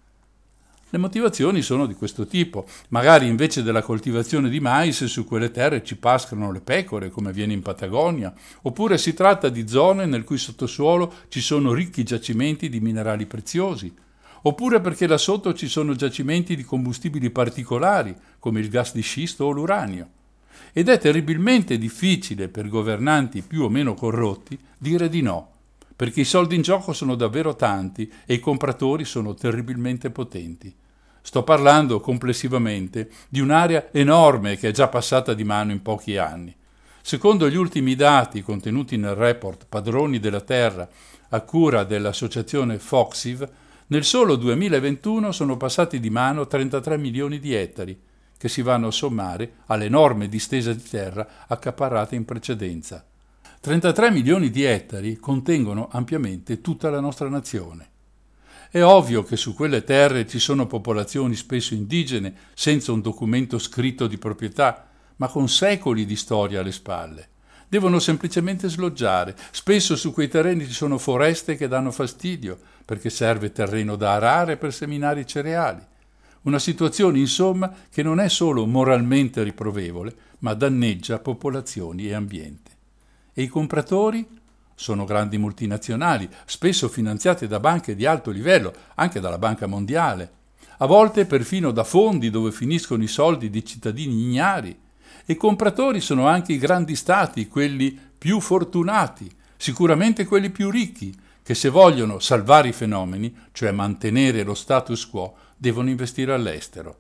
Le motivazioni sono di questo tipo. Magari invece della coltivazione di mais su quelle terre ci pascolano le pecore, come avviene in Patagonia, oppure si tratta di zone nel cui sottosuolo ci sono ricchi giacimenti di minerali preziosi, oppure perché là sotto ci sono giacimenti di combustibili particolari, come il gas di scisto o l'uranio. Ed è terribilmente difficile per governanti più o meno corrotti dire di no, perché i soldi in gioco sono davvero tanti e i compratori sono terribilmente potenti. Sto parlando complessivamente di un'area enorme che è già passata di mano in pochi anni. Secondo gli ultimi dati contenuti nel report Padroni della Terra a cura dell'associazione Foxiv, nel solo duemilaventuno sono passati di mano trentatré milioni di ettari, che si vanno a sommare all'enorme distesa di terra accaparrata in precedenza. trentatré milioni di ettari contengono ampiamente tutta la nostra nazione. È ovvio che su quelle terre ci sono popolazioni spesso indigene, senza un documento scritto di proprietà, ma con secoli di storia alle spalle. Devono semplicemente sloggiare. Spesso su quei terreni ci sono foreste che danno fastidio, perché serve terreno da arare per seminare i cereali. Una situazione, insomma, che non è solo moralmente riprovevole, ma danneggia popolazioni e ambiente. E i compratori? Sono grandi multinazionali, spesso finanziate da banche di alto livello, anche dalla Banca Mondiale, a volte perfino da fondi dove finiscono i soldi di cittadini ignari. E i compratori sono anche i grandi stati, quelli più fortunati, sicuramente quelli più ricchi, che se vogliono salvare i fenomeni, cioè mantenere lo status quo, devono investire all'estero.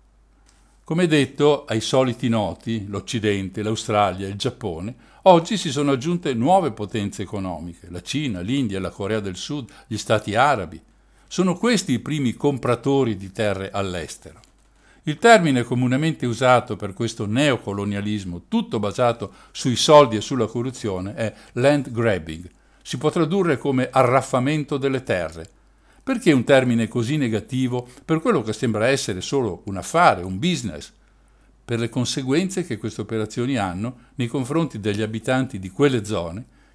Come detto, ai soliti noti, l'Occidente, l'Australia e il Giappone, oggi si sono aggiunte nuove potenze economiche, la Cina, l'India, la Corea del Sud, gli Stati Arabi. Sono questi i primi compratori di terre all'estero. Il termine comunemente usato per questo neocolonialismo, tutto basato sui soldi e sulla corruzione, è land grabbing. Si può tradurre come arraffamento delle terre. Perché un termine così negativo per quello che sembra essere solo un affare, un business? Per le conseguenze che queste operazioni hanno nei confronti degli abitanti di quelle zone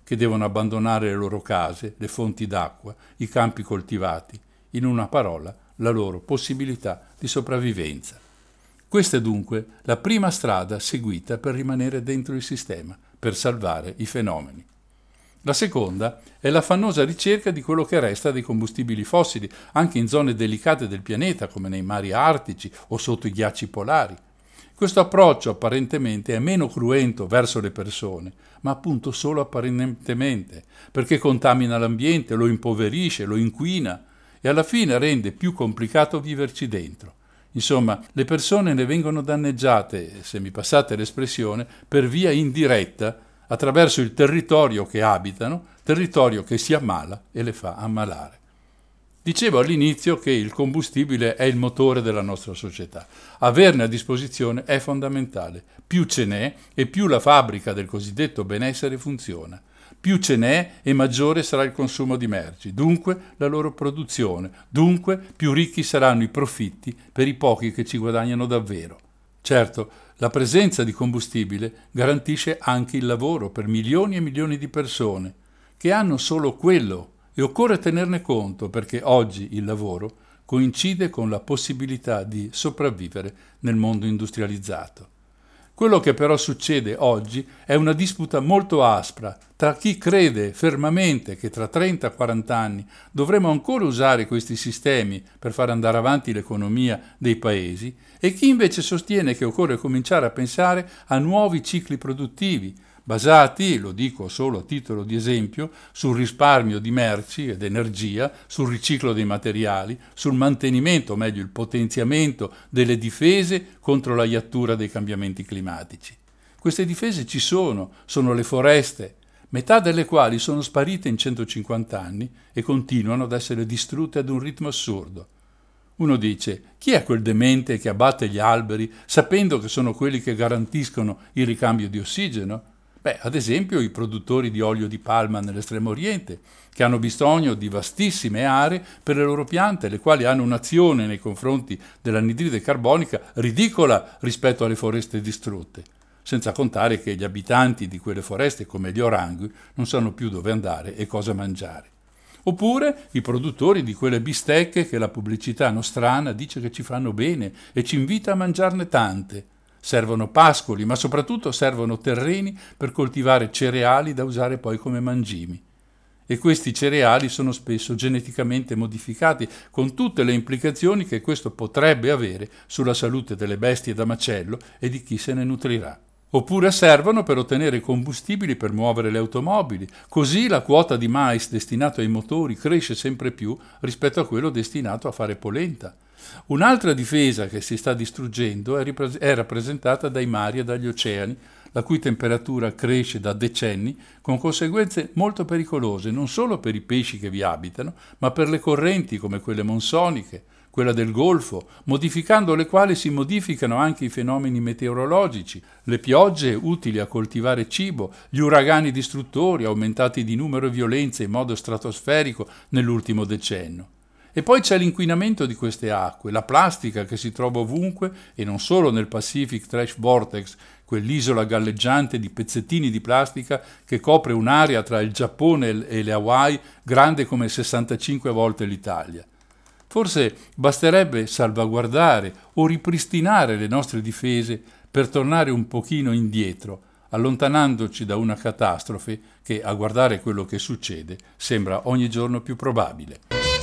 che devono abbandonare le loro case, le fonti d'acqua, i campi coltivati, in una parola, la loro possibilità di sopravvivenza. Questa è dunque la prima strada seguita per rimanere dentro il sistema, per salvare i fenomeni. La seconda è l'affannosa ricerca di quello che resta dei combustibili fossili, anche in zone delicate del pianeta, come nei mari artici o sotto i ghiacci polari. Questo approccio apparentemente è meno cruento verso le persone, ma appunto solo apparentemente, perché contamina l'ambiente, lo impoverisce, lo inquina e alla fine rende più complicato viverci dentro. Insomma, le persone ne vengono danneggiate, se mi passate l'espressione, per via indiretta, attraverso il territorio che abitano, territorio che si ammala e le fa ammalare. Dicevo all'inizio che il combustibile è il motore della nostra società. Averne a disposizione è fondamentale. Più ce n'è e più la fabbrica del cosiddetto benessere funziona. Più ce n'è e maggiore sarà il consumo di merci, dunque la loro produzione, dunque più ricchi saranno i profitti per i pochi che ci guadagnano davvero. Certo, la presenza di combustibile garantisce anche il lavoro per milioni e milioni di persone che hanno solo quello e occorre tenerne conto perché oggi il lavoro coincide con la possibilità di sopravvivere nel mondo industrializzato. Quello che però succede oggi è una disputa molto aspra tra chi crede fermamente che tra trenta quaranta anni dovremo ancora usare questi sistemi per far andare avanti l'economia dei paesi e chi invece sostiene che occorre cominciare a pensare a nuovi cicli produttivi basati, lo dico solo a titolo di esempio, sul risparmio di merci ed energia, sul riciclo dei materiali, sul mantenimento, o meglio il potenziamento delle difese contro la iattura dei cambiamenti climatici. Queste difese ci sono, sono le foreste, metà delle quali sono sparite in centocinquanta anni e continuano ad essere distrutte ad un ritmo assurdo. Uno dice, chi è quel demente che abbatte gli alberi sapendo che sono quelli che garantiscono il ricambio di ossigeno? Beh, ad esempio i produttori di olio di palma nell'Estremo Oriente, che hanno bisogno di vastissime aree per le loro piante, le quali hanno un'azione nei confronti dell'anidride carbonica ridicola rispetto alle foreste distrutte, senza contare che gli abitanti di quelle foreste, come gli orangui, non sanno più dove andare e cosa mangiare. Oppure i produttori di quelle bistecche che la pubblicità nostrana dice che ci fanno bene e ci invita a mangiarne tante. Servono pascoli, ma soprattutto servono terreni per coltivare cereali da usare poi come mangimi. E questi cereali sono spesso geneticamente modificati, con tutte le implicazioni che questo potrebbe avere sulla salute delle bestie da macello e di chi se ne nutrirà. Oppure servono per ottenere combustibili per muovere le automobili. Così la quota di mais destinato ai motori cresce sempre più rispetto a quello destinato a fare polenta. Un'altra difesa che si sta distruggendo è, ripres- è rappresentata dai mari e dagli oceani, la cui temperatura cresce da decenni, con conseguenze molto pericolose non solo per i pesci che vi abitano, ma per le correnti come quelle monsoniche, quella del Golfo, modificando le quali si modificano anche i fenomeni meteorologici, le piogge utili a coltivare cibo, gli uragani distruttori aumentati di numero e violenza in modo stratosferico nell'ultimo decennio. E poi c'è l'inquinamento di queste acque, la plastica che si trova ovunque e non solo nel Pacific Trash Vortex, quell'isola galleggiante di pezzettini di plastica che copre un'area tra il Giappone e le Hawaii grande come sessantacinque volte l'Italia. Forse basterebbe salvaguardare o ripristinare le nostre difese per tornare un pochino indietro, allontanandoci da una catastrofe che, a guardare quello che succede, sembra ogni giorno più probabile.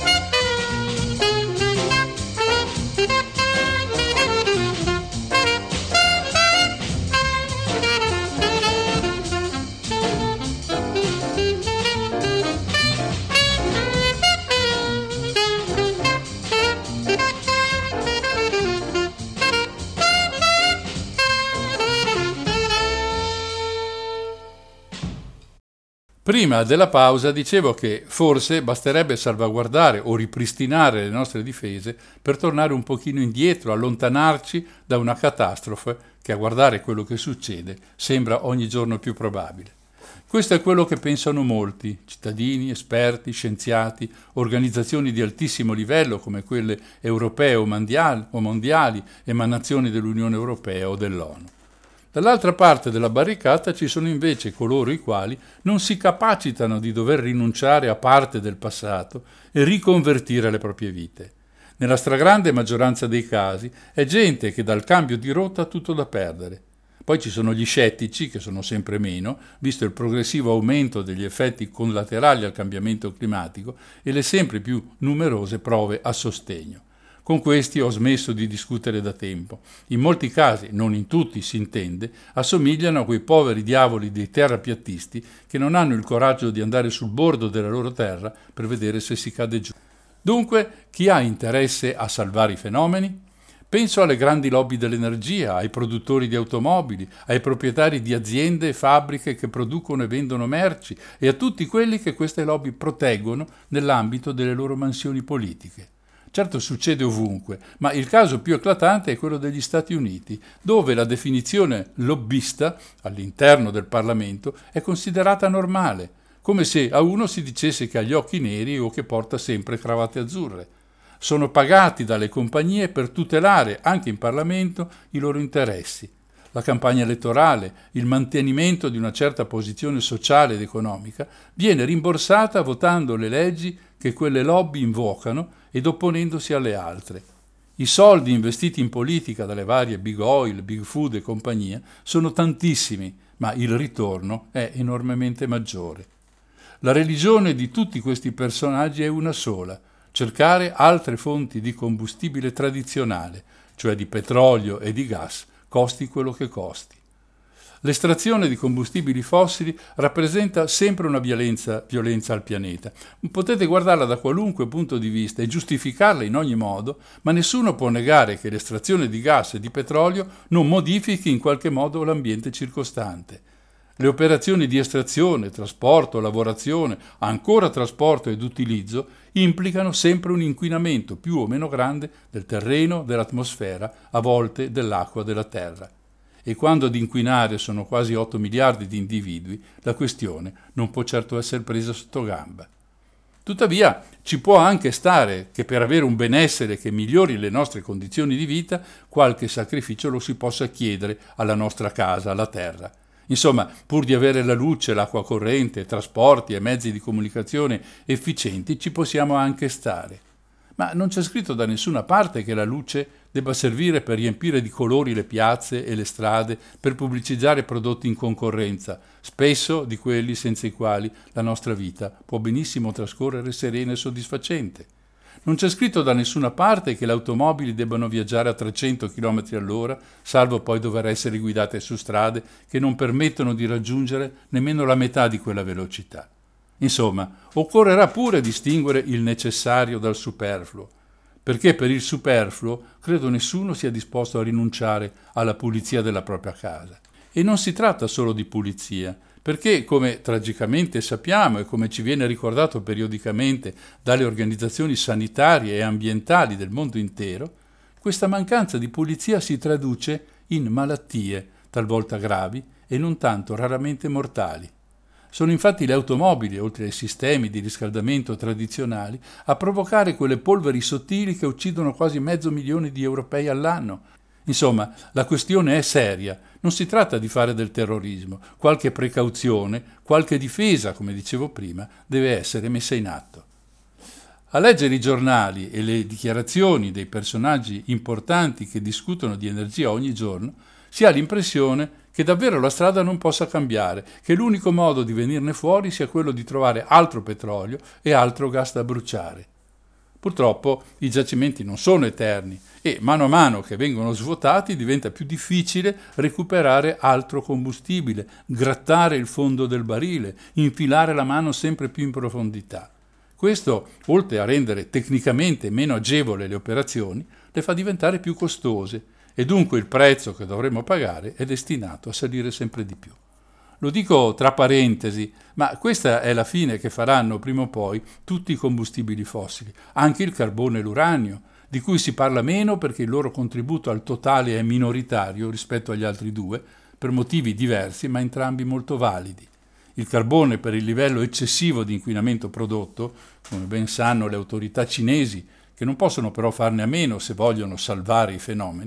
Prima della pausa dicevo che forse basterebbe salvaguardare o ripristinare le nostre difese per tornare un pochino indietro, allontanarci da una catastrofe che a guardare quello che succede sembra ogni giorno più probabile. Questo è quello che pensano molti, cittadini, esperti, scienziati, organizzazioni di altissimo livello come quelle europee o mondiali, o mondiali, emanazioni dell'Unione Europea o dell'ONU. Dall'altra parte della barricata ci sono invece coloro i quali non si capacitano di dover rinunciare a parte del passato e riconvertire le proprie vite. Nella stragrande maggioranza dei casi è gente che dal cambio di rotta ha tutto da perdere. Poi ci sono gli scettici, che sono sempre meno, visto il progressivo aumento degli effetti collaterali al cambiamento climatico e le sempre più numerose prove a sostegno. Con questi ho smesso di discutere da tempo. In molti casi, non in tutti si intende, assomigliano a quei poveri diavoli dei terrapiattisti che non hanno il coraggio di andare sul bordo della loro terra per vedere se si cade giù. Dunque, chi ha interesse a salvare i fenomeni? Penso alle grandi lobby dell'energia, ai produttori di automobili, ai proprietari di aziende e fabbriche che producono e vendono merci e a tutti quelli che queste lobby proteggono nell'ambito delle loro mansioni politiche. Certo succede ovunque, ma il caso più eclatante è quello degli Stati Uniti, dove la definizione lobbista all'interno del Parlamento è considerata normale, come se a uno si dicesse che ha gli occhi neri o che porta sempre cravatte azzurre. Sono pagati dalle compagnie per tutelare anche in Parlamento i loro interessi. La campagna elettorale, il mantenimento di una certa posizione sociale ed economica viene rimborsata votando le leggi che quelle lobby invocano ed opponendosi alle altre. I soldi investiti in politica dalle varie big oil, big food e compagnia sono tantissimi, ma il ritorno è enormemente maggiore. La religione di tutti questi personaggi è una sola: cercare altre fonti di combustibile tradizionale, cioè di petrolio e di gas, costi quello che costi. L'estrazione di combustibili fossili rappresenta sempre una violenza, violenza al pianeta. Potete guardarla da qualunque punto di vista e giustificarla in ogni modo, ma nessuno può negare che l'estrazione di gas e di petrolio non modifichi in qualche modo l'ambiente circostante. Le operazioni di estrazione, trasporto, lavorazione, ancora trasporto ed utilizzo implicano sempre un inquinamento più o meno grande del terreno, dell'atmosfera, a volte dell'acqua della terra. E quando ad inquinare sono quasi otto miliardi di individui, la questione non può certo essere presa sotto gamba. Tuttavia, ci può anche stare che per avere un benessere che migliori le nostre condizioni di vita, qualche sacrificio lo si possa chiedere alla nostra casa, alla terra. Insomma, pur di avere la luce, l'acqua corrente, trasporti e mezzi di comunicazione efficienti, ci possiamo anche stare. Ma non c'è scritto da nessuna parte che la luce debba servire per riempire di colori le piazze e le strade, per pubblicizzare prodotti in concorrenza, spesso di quelli senza i quali la nostra vita può benissimo trascorrere serena e soddisfacente. Non c'è scritto da nessuna parte che le automobili debbano viaggiare a trecento chilometri all'ora, salvo poi dover essere guidate su strade che non permettono di raggiungere nemmeno la metà di quella velocità. Insomma, occorrerà pure distinguere il necessario dal superfluo, perché per il superfluo credo nessuno sia disposto a rinunciare alla pulizia della propria casa. E non si tratta solo di pulizia, perché, come tragicamente sappiamo e come ci viene ricordato periodicamente dalle organizzazioni sanitarie e ambientali del mondo intero, questa mancanza di pulizia si traduce in malattie, talvolta gravi e non tanto raramente mortali. Sono infatti le automobili, oltre ai sistemi di riscaldamento tradizionali, a provocare quelle polveri sottili che uccidono quasi mezzo milione di europei all'anno. Insomma, la questione è seria, non si tratta di fare del terrorismo, qualche precauzione, qualche difesa, come dicevo prima, deve essere messa in atto. A leggere i giornali e le dichiarazioni dei personaggi importanti che discutono di energia ogni giorno, si ha l'impressione che davvero la strada non possa cambiare, che l'unico modo di venirne fuori sia quello di trovare altro petrolio e altro gas da bruciare. Purtroppo i giacimenti non sono eterni e mano a mano che vengono svuotati diventa più difficile recuperare altro combustibile, grattare il fondo del barile, infilare la mano sempre più in profondità. Questo, oltre a rendere tecnicamente meno agevole le operazioni, le fa diventare più costose e dunque il prezzo che dovremo pagare è destinato a salire sempre di più. Lo dico tra parentesi, ma questa è la fine che faranno prima o poi tutti i combustibili fossili, anche il carbone e l'uranio, di cui si parla meno perché il loro contributo al totale è minoritario rispetto agli altri due, per motivi diversi ma entrambi molto validi. Il carbone per il livello eccessivo di inquinamento prodotto, come ben sanno le autorità cinesi, che non possono però farne a meno se vogliono salvare i fenomeni.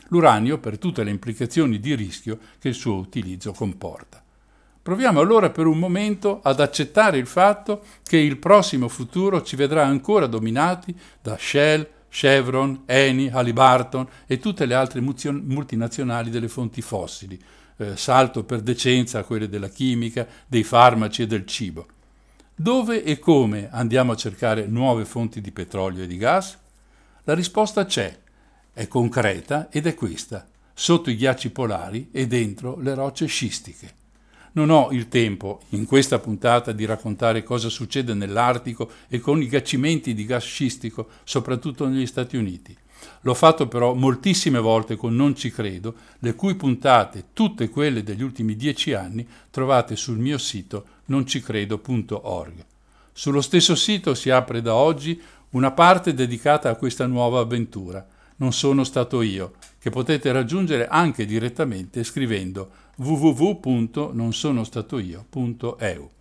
l'uranio per tutte le implicazioni di rischio che il suo utilizzo comporta. Proviamo allora per un momento ad accettare il fatto che il prossimo futuro ci vedrà ancora dominati da Shell, Chevron, Eni, Halliburton e tutte le altre multinazionali delle fonti fossili, eh, salto per decenza a quelle della chimica, dei farmaci e del cibo. Dove e come andiamo a cercare nuove fonti di petrolio e di gas? La risposta c'è, è concreta ed è questa, sotto i ghiacci polari e dentro le rocce scistiche. Non ho il tempo, in questa puntata, di raccontare cosa succede nell'Artico e con i giacimenti di gas scistico, soprattutto negli Stati Uniti. L'ho fatto però moltissime volte con Non ci credo, le cui puntate, tutte quelle degli ultimi dieci anni, trovate sul mio sito non ci credo punto org. Sullo stesso sito si apre da oggi una parte dedicata a questa nuova avventura. Non sono stato io, che potete raggiungere anche direttamente scrivendo w w w punto non sono stato io punto e u.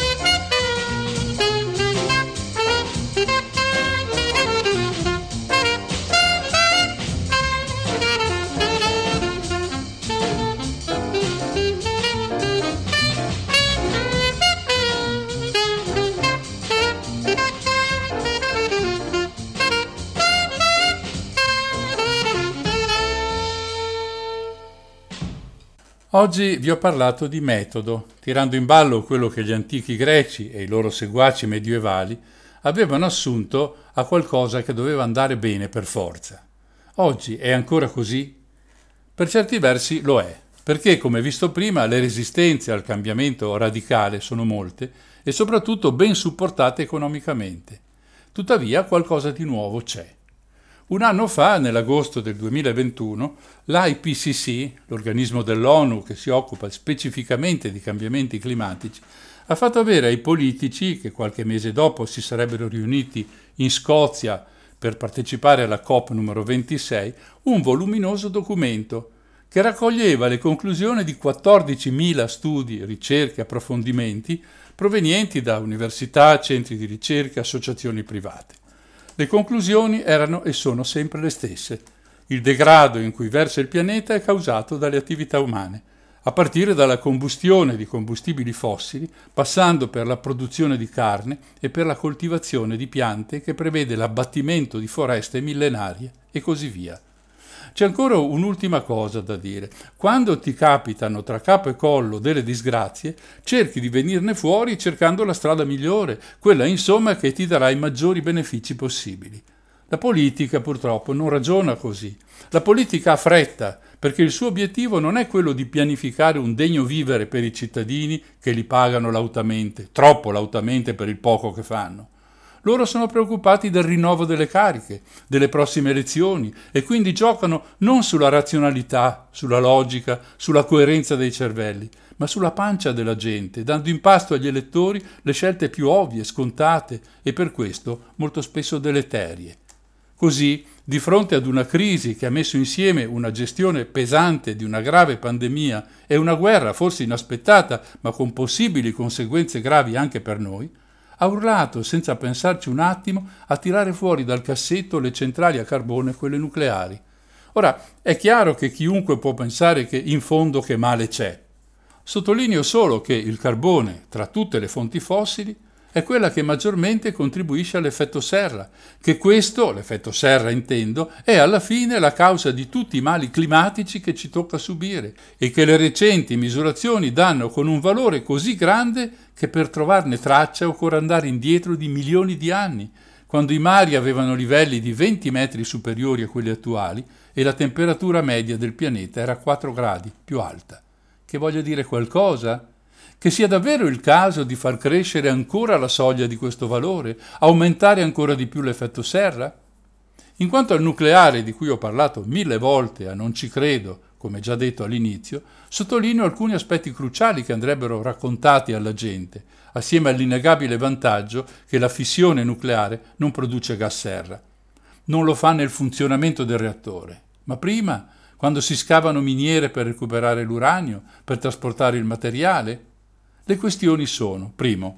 Oggi vi ho parlato di metodo, tirando in ballo quello che gli antichi greci e i loro seguaci medievali avevano assunto a qualcosa che doveva andare bene per forza. Oggi è ancora così? Per certi versi lo è, perché, come visto prima, le resistenze al cambiamento radicale sono molte e soprattutto ben supportate economicamente. Tuttavia qualcosa di nuovo c'è. Un anno fa, nell'agosto del duemilaventuno, l'I P C C, l'organismo dell'ONU che si occupa specificamente di cambiamenti climatici, ha fatto avere ai politici, che qualche mese dopo si sarebbero riuniti in Scozia per partecipare alla COP numero ventisei, un voluminoso documento che raccoglieva le conclusioni di quattordicimila studi, ricerche, approfondimenti provenienti da università, centri di ricerca, associazioni private. Le conclusioni erano e sono sempre le stesse. Il degrado in cui versa il pianeta è causato dalle attività umane, a partire dalla combustione di combustibili fossili, passando per la produzione di carne e per la coltivazione di piante che prevede l'abbattimento di foreste millenarie e così via. C'è ancora un'ultima cosa da dire. Quando ti capitano tra capo e collo delle disgrazie, cerchi di venirne fuori cercando la strada migliore, quella insomma che ti darà i maggiori benefici possibili. La politica purtroppo non ragiona così. La politica ha fretta, perché il suo obiettivo non è quello di pianificare un degno vivere per i cittadini che li pagano lautamente, troppo lautamente per il poco che fanno. Loro sono preoccupati del rinnovo delle cariche, delle prossime elezioni e quindi giocano non sulla razionalità, sulla logica, sulla coerenza dei cervelli, ma sulla pancia della gente, dando in pasto agli elettori le scelte più ovvie, scontate e per questo molto spesso deleterie. Così, di fronte ad una crisi che ha messo insieme una gestione pesante di una grave pandemia e una guerra forse inaspettata ma con possibili conseguenze gravi anche per noi, ha urlato, senza pensarci un attimo, a tirare fuori dal cassetto le centrali a carbone e quelle nucleari. Ora, è chiaro che chiunque può pensare che in fondo che male c'è. Sottolineo solo che il carbone, tra tutte le fonti fossili, è quella che maggiormente contribuisce all'effetto serra, che questo, l'effetto serra intendo, è alla fine la causa di tutti i mali climatici che ci tocca subire e che le recenti misurazioni danno con un valore così grande che per trovarne traccia occorre andare indietro di milioni di anni, quando i mari avevano livelli di venti metri superiori a quelli attuali e la temperatura media del pianeta era quattro gradi più alta. Che voglia dire qualcosa? Che sia davvero il caso di far crescere ancora la soglia di questo valore, aumentare ancora di più l'effetto serra? In quanto al nucleare di cui ho parlato mille volte a Non ci credo, come già detto all'inizio, sottolineo alcuni aspetti cruciali che andrebbero raccontati alla gente, assieme all'innegabile vantaggio che la fissione nucleare non produce gas serra. Non lo fa nel funzionamento del reattore, ma prima, quando si scavano miniere per recuperare l'uranio, per trasportare il materiale. Le questioni sono, primo,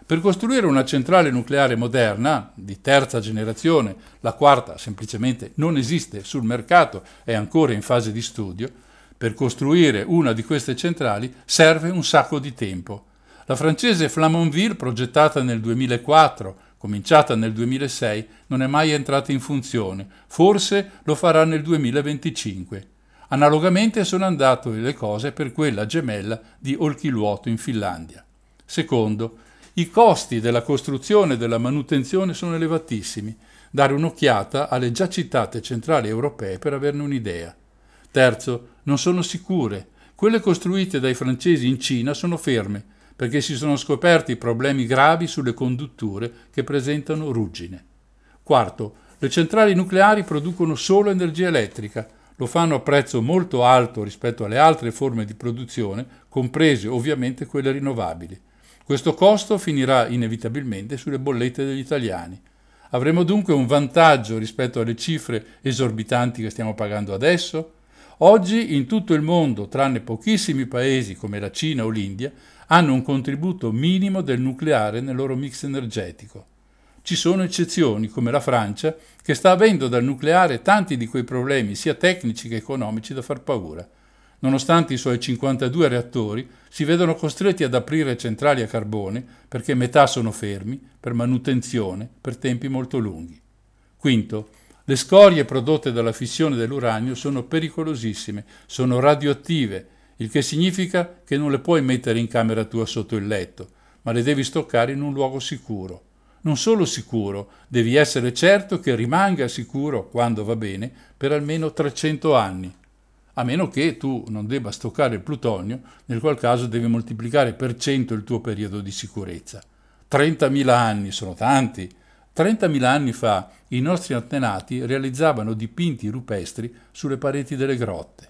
Per costruire una centrale nucleare moderna, di terza generazione, la quarta semplicemente non esiste sul mercato, è ancora in fase di studio, per costruire una di queste centrali serve un sacco di tempo. La francese Flamanville, progettata nel duemilaquattro, cominciata nel duemilasei, non è mai entrata in funzione, forse lo farà nel duemilaventicinque. Analogamente sono andate le cose per quella gemella di Olkiluoto in Finlandia. Secondo, i costi della costruzione e della manutenzione sono elevatissimi. Dare un'occhiata alle già citate centrali europee per averne un'idea. Terzo, non sono sicure. Quelle costruite dai francesi in Cina sono ferme, perché si sono scoperti problemi gravi sulle condutture che presentano ruggine. Quarto, le centrali nucleari producono solo energia elettrica. Lo fanno a prezzo molto alto rispetto alle altre forme di produzione, comprese ovviamente quelle rinnovabili. Questo costo finirà inevitabilmente sulle bollette degli italiani. Avremo dunque un vantaggio rispetto alle cifre esorbitanti che stiamo pagando adesso? Oggi in tutto il mondo, tranne pochissimi paesi come la Cina o l'India, hanno un contributo minimo del nucleare nel loro mix energetico. Ci sono eccezioni, come la Francia, che sta avendo dal nucleare tanti di quei problemi sia tecnici che economici da far paura. Nonostante i suoi cinquantadue reattori, si vedono costretti ad aprire centrali a carbone perché metà sono fermi, per manutenzione, per tempi molto lunghi. Quinto, le scorie prodotte dalla fissione dell'uranio sono pericolosissime, sono radioattive, il che significa che non le puoi mettere in camera tua sotto il letto, ma le devi stoccare in un luogo sicuro. Non solo sicuro, devi essere certo che rimanga sicuro, quando va bene, per almeno trecento anni. A meno che tu non debba stoccare il plutonio, nel qual caso devi moltiplicare per cento il tuo periodo di sicurezza. trentamila anni sono tanti. trentamila anni fa i nostri antenati realizzavano dipinti rupestri sulle pareti delle grotte.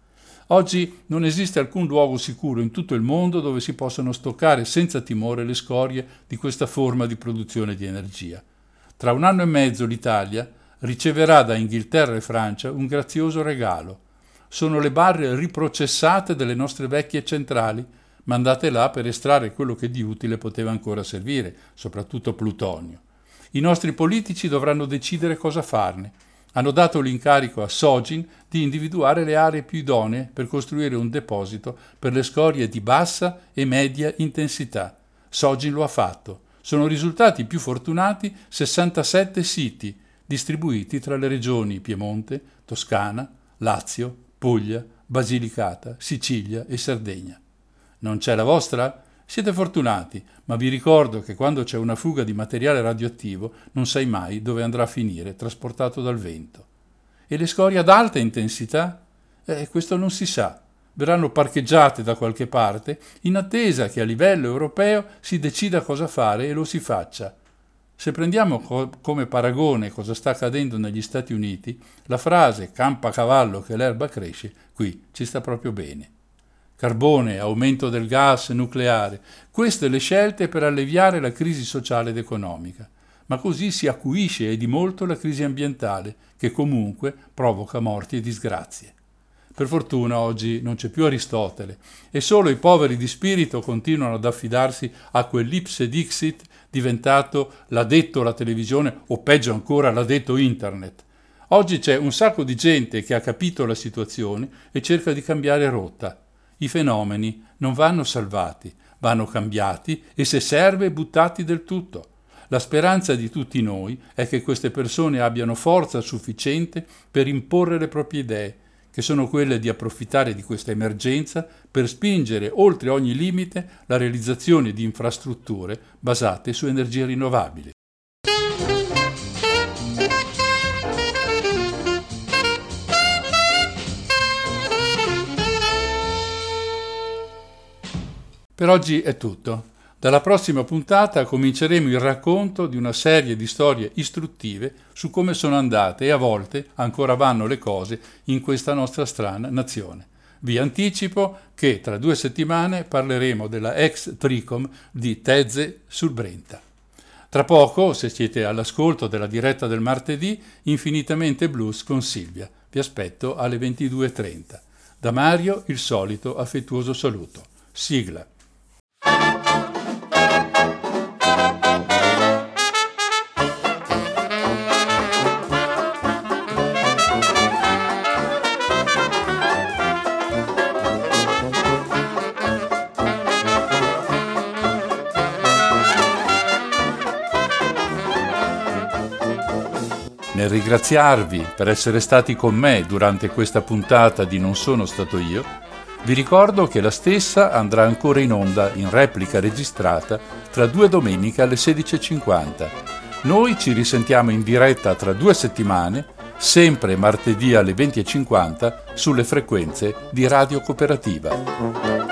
Oggi non esiste alcun luogo sicuro in tutto il mondo dove si possano stoccare senza timore le scorie di questa forma di produzione di energia. Tra un anno e mezzo l'Italia riceverà da Inghilterra e Francia un grazioso regalo. Sono le barre riprocessate delle nostre vecchie centrali, mandate là per estrarre quello che di utile poteva ancora servire, soprattutto plutonio. I nostri politici dovranno decidere cosa farne. Hanno dato l'incarico a Sogin di individuare le aree più idonee per costruire un deposito per le scorie di bassa e media intensità. Sogin lo ha fatto. Sono risultati più fortunati sessantasette siti, distribuiti tra le regioni Piemonte, Toscana, Lazio, Puglia, Basilicata, Sicilia e Sardegna. Non c'è la vostra? Siete fortunati, ma vi ricordo che quando c'è una fuga di materiale radioattivo non sai mai dove andrà a finire, trasportato dal vento. E le scorie ad alta intensità? Eh, questo non si sa. Verranno parcheggiate da qualche parte in attesa che a livello europeo si decida cosa fare e lo si faccia. Se prendiamo co- come paragone cosa sta accadendo negli Stati Uniti, la frase «campa a cavallo che l'erba cresce» qui ci sta proprio bene. Carbone, aumento del gas nucleare, queste le scelte per alleviare la crisi sociale ed economica. Ma così si acuisce e di molto la crisi ambientale, che comunque provoca morti e disgrazie. Per fortuna oggi non c'è più Aristotele e solo i poveri di spirito continuano ad affidarsi a quell'ipse dixit diventato l'ha detto la televisione o peggio ancora l'ha detto internet. Oggi c'è un sacco di gente che ha capito la situazione e cerca di cambiare rotta. I fenomeni non vanno salvati, vanno cambiati e se serve buttati del tutto. La speranza di tutti noi è che queste persone abbiano forza sufficiente per imporre le proprie idee, che sono quelle di approfittare di questa emergenza per spingere oltre ogni limite la realizzazione di infrastrutture basate su energie rinnovabili. Per oggi è tutto. Dalla prossima puntata cominceremo il racconto di una serie di storie istruttive su come sono andate e a volte ancora vanno le cose in questa nostra strana nazione. Vi anticipo che tra due settimane parleremo della ex Tricom di Tezze sul Brenta. Tra poco, se siete all'ascolto della diretta del martedì, Infinitamente Blues con Silvia. Vi aspetto alle ventidue e trenta. Da Mario il solito affettuoso saluto. Sigla. Nel ringraziarvi per essere stati con me durante questa puntata di Non sono stato io, vi ricordo che la stessa andrà ancora in onda in replica registrata tra due domeniche alle sedici e cinquanta. Noi ci risentiamo in diretta tra due settimane, sempre martedì alle venti e cinquanta, sulle frequenze di Radio Cooperativa.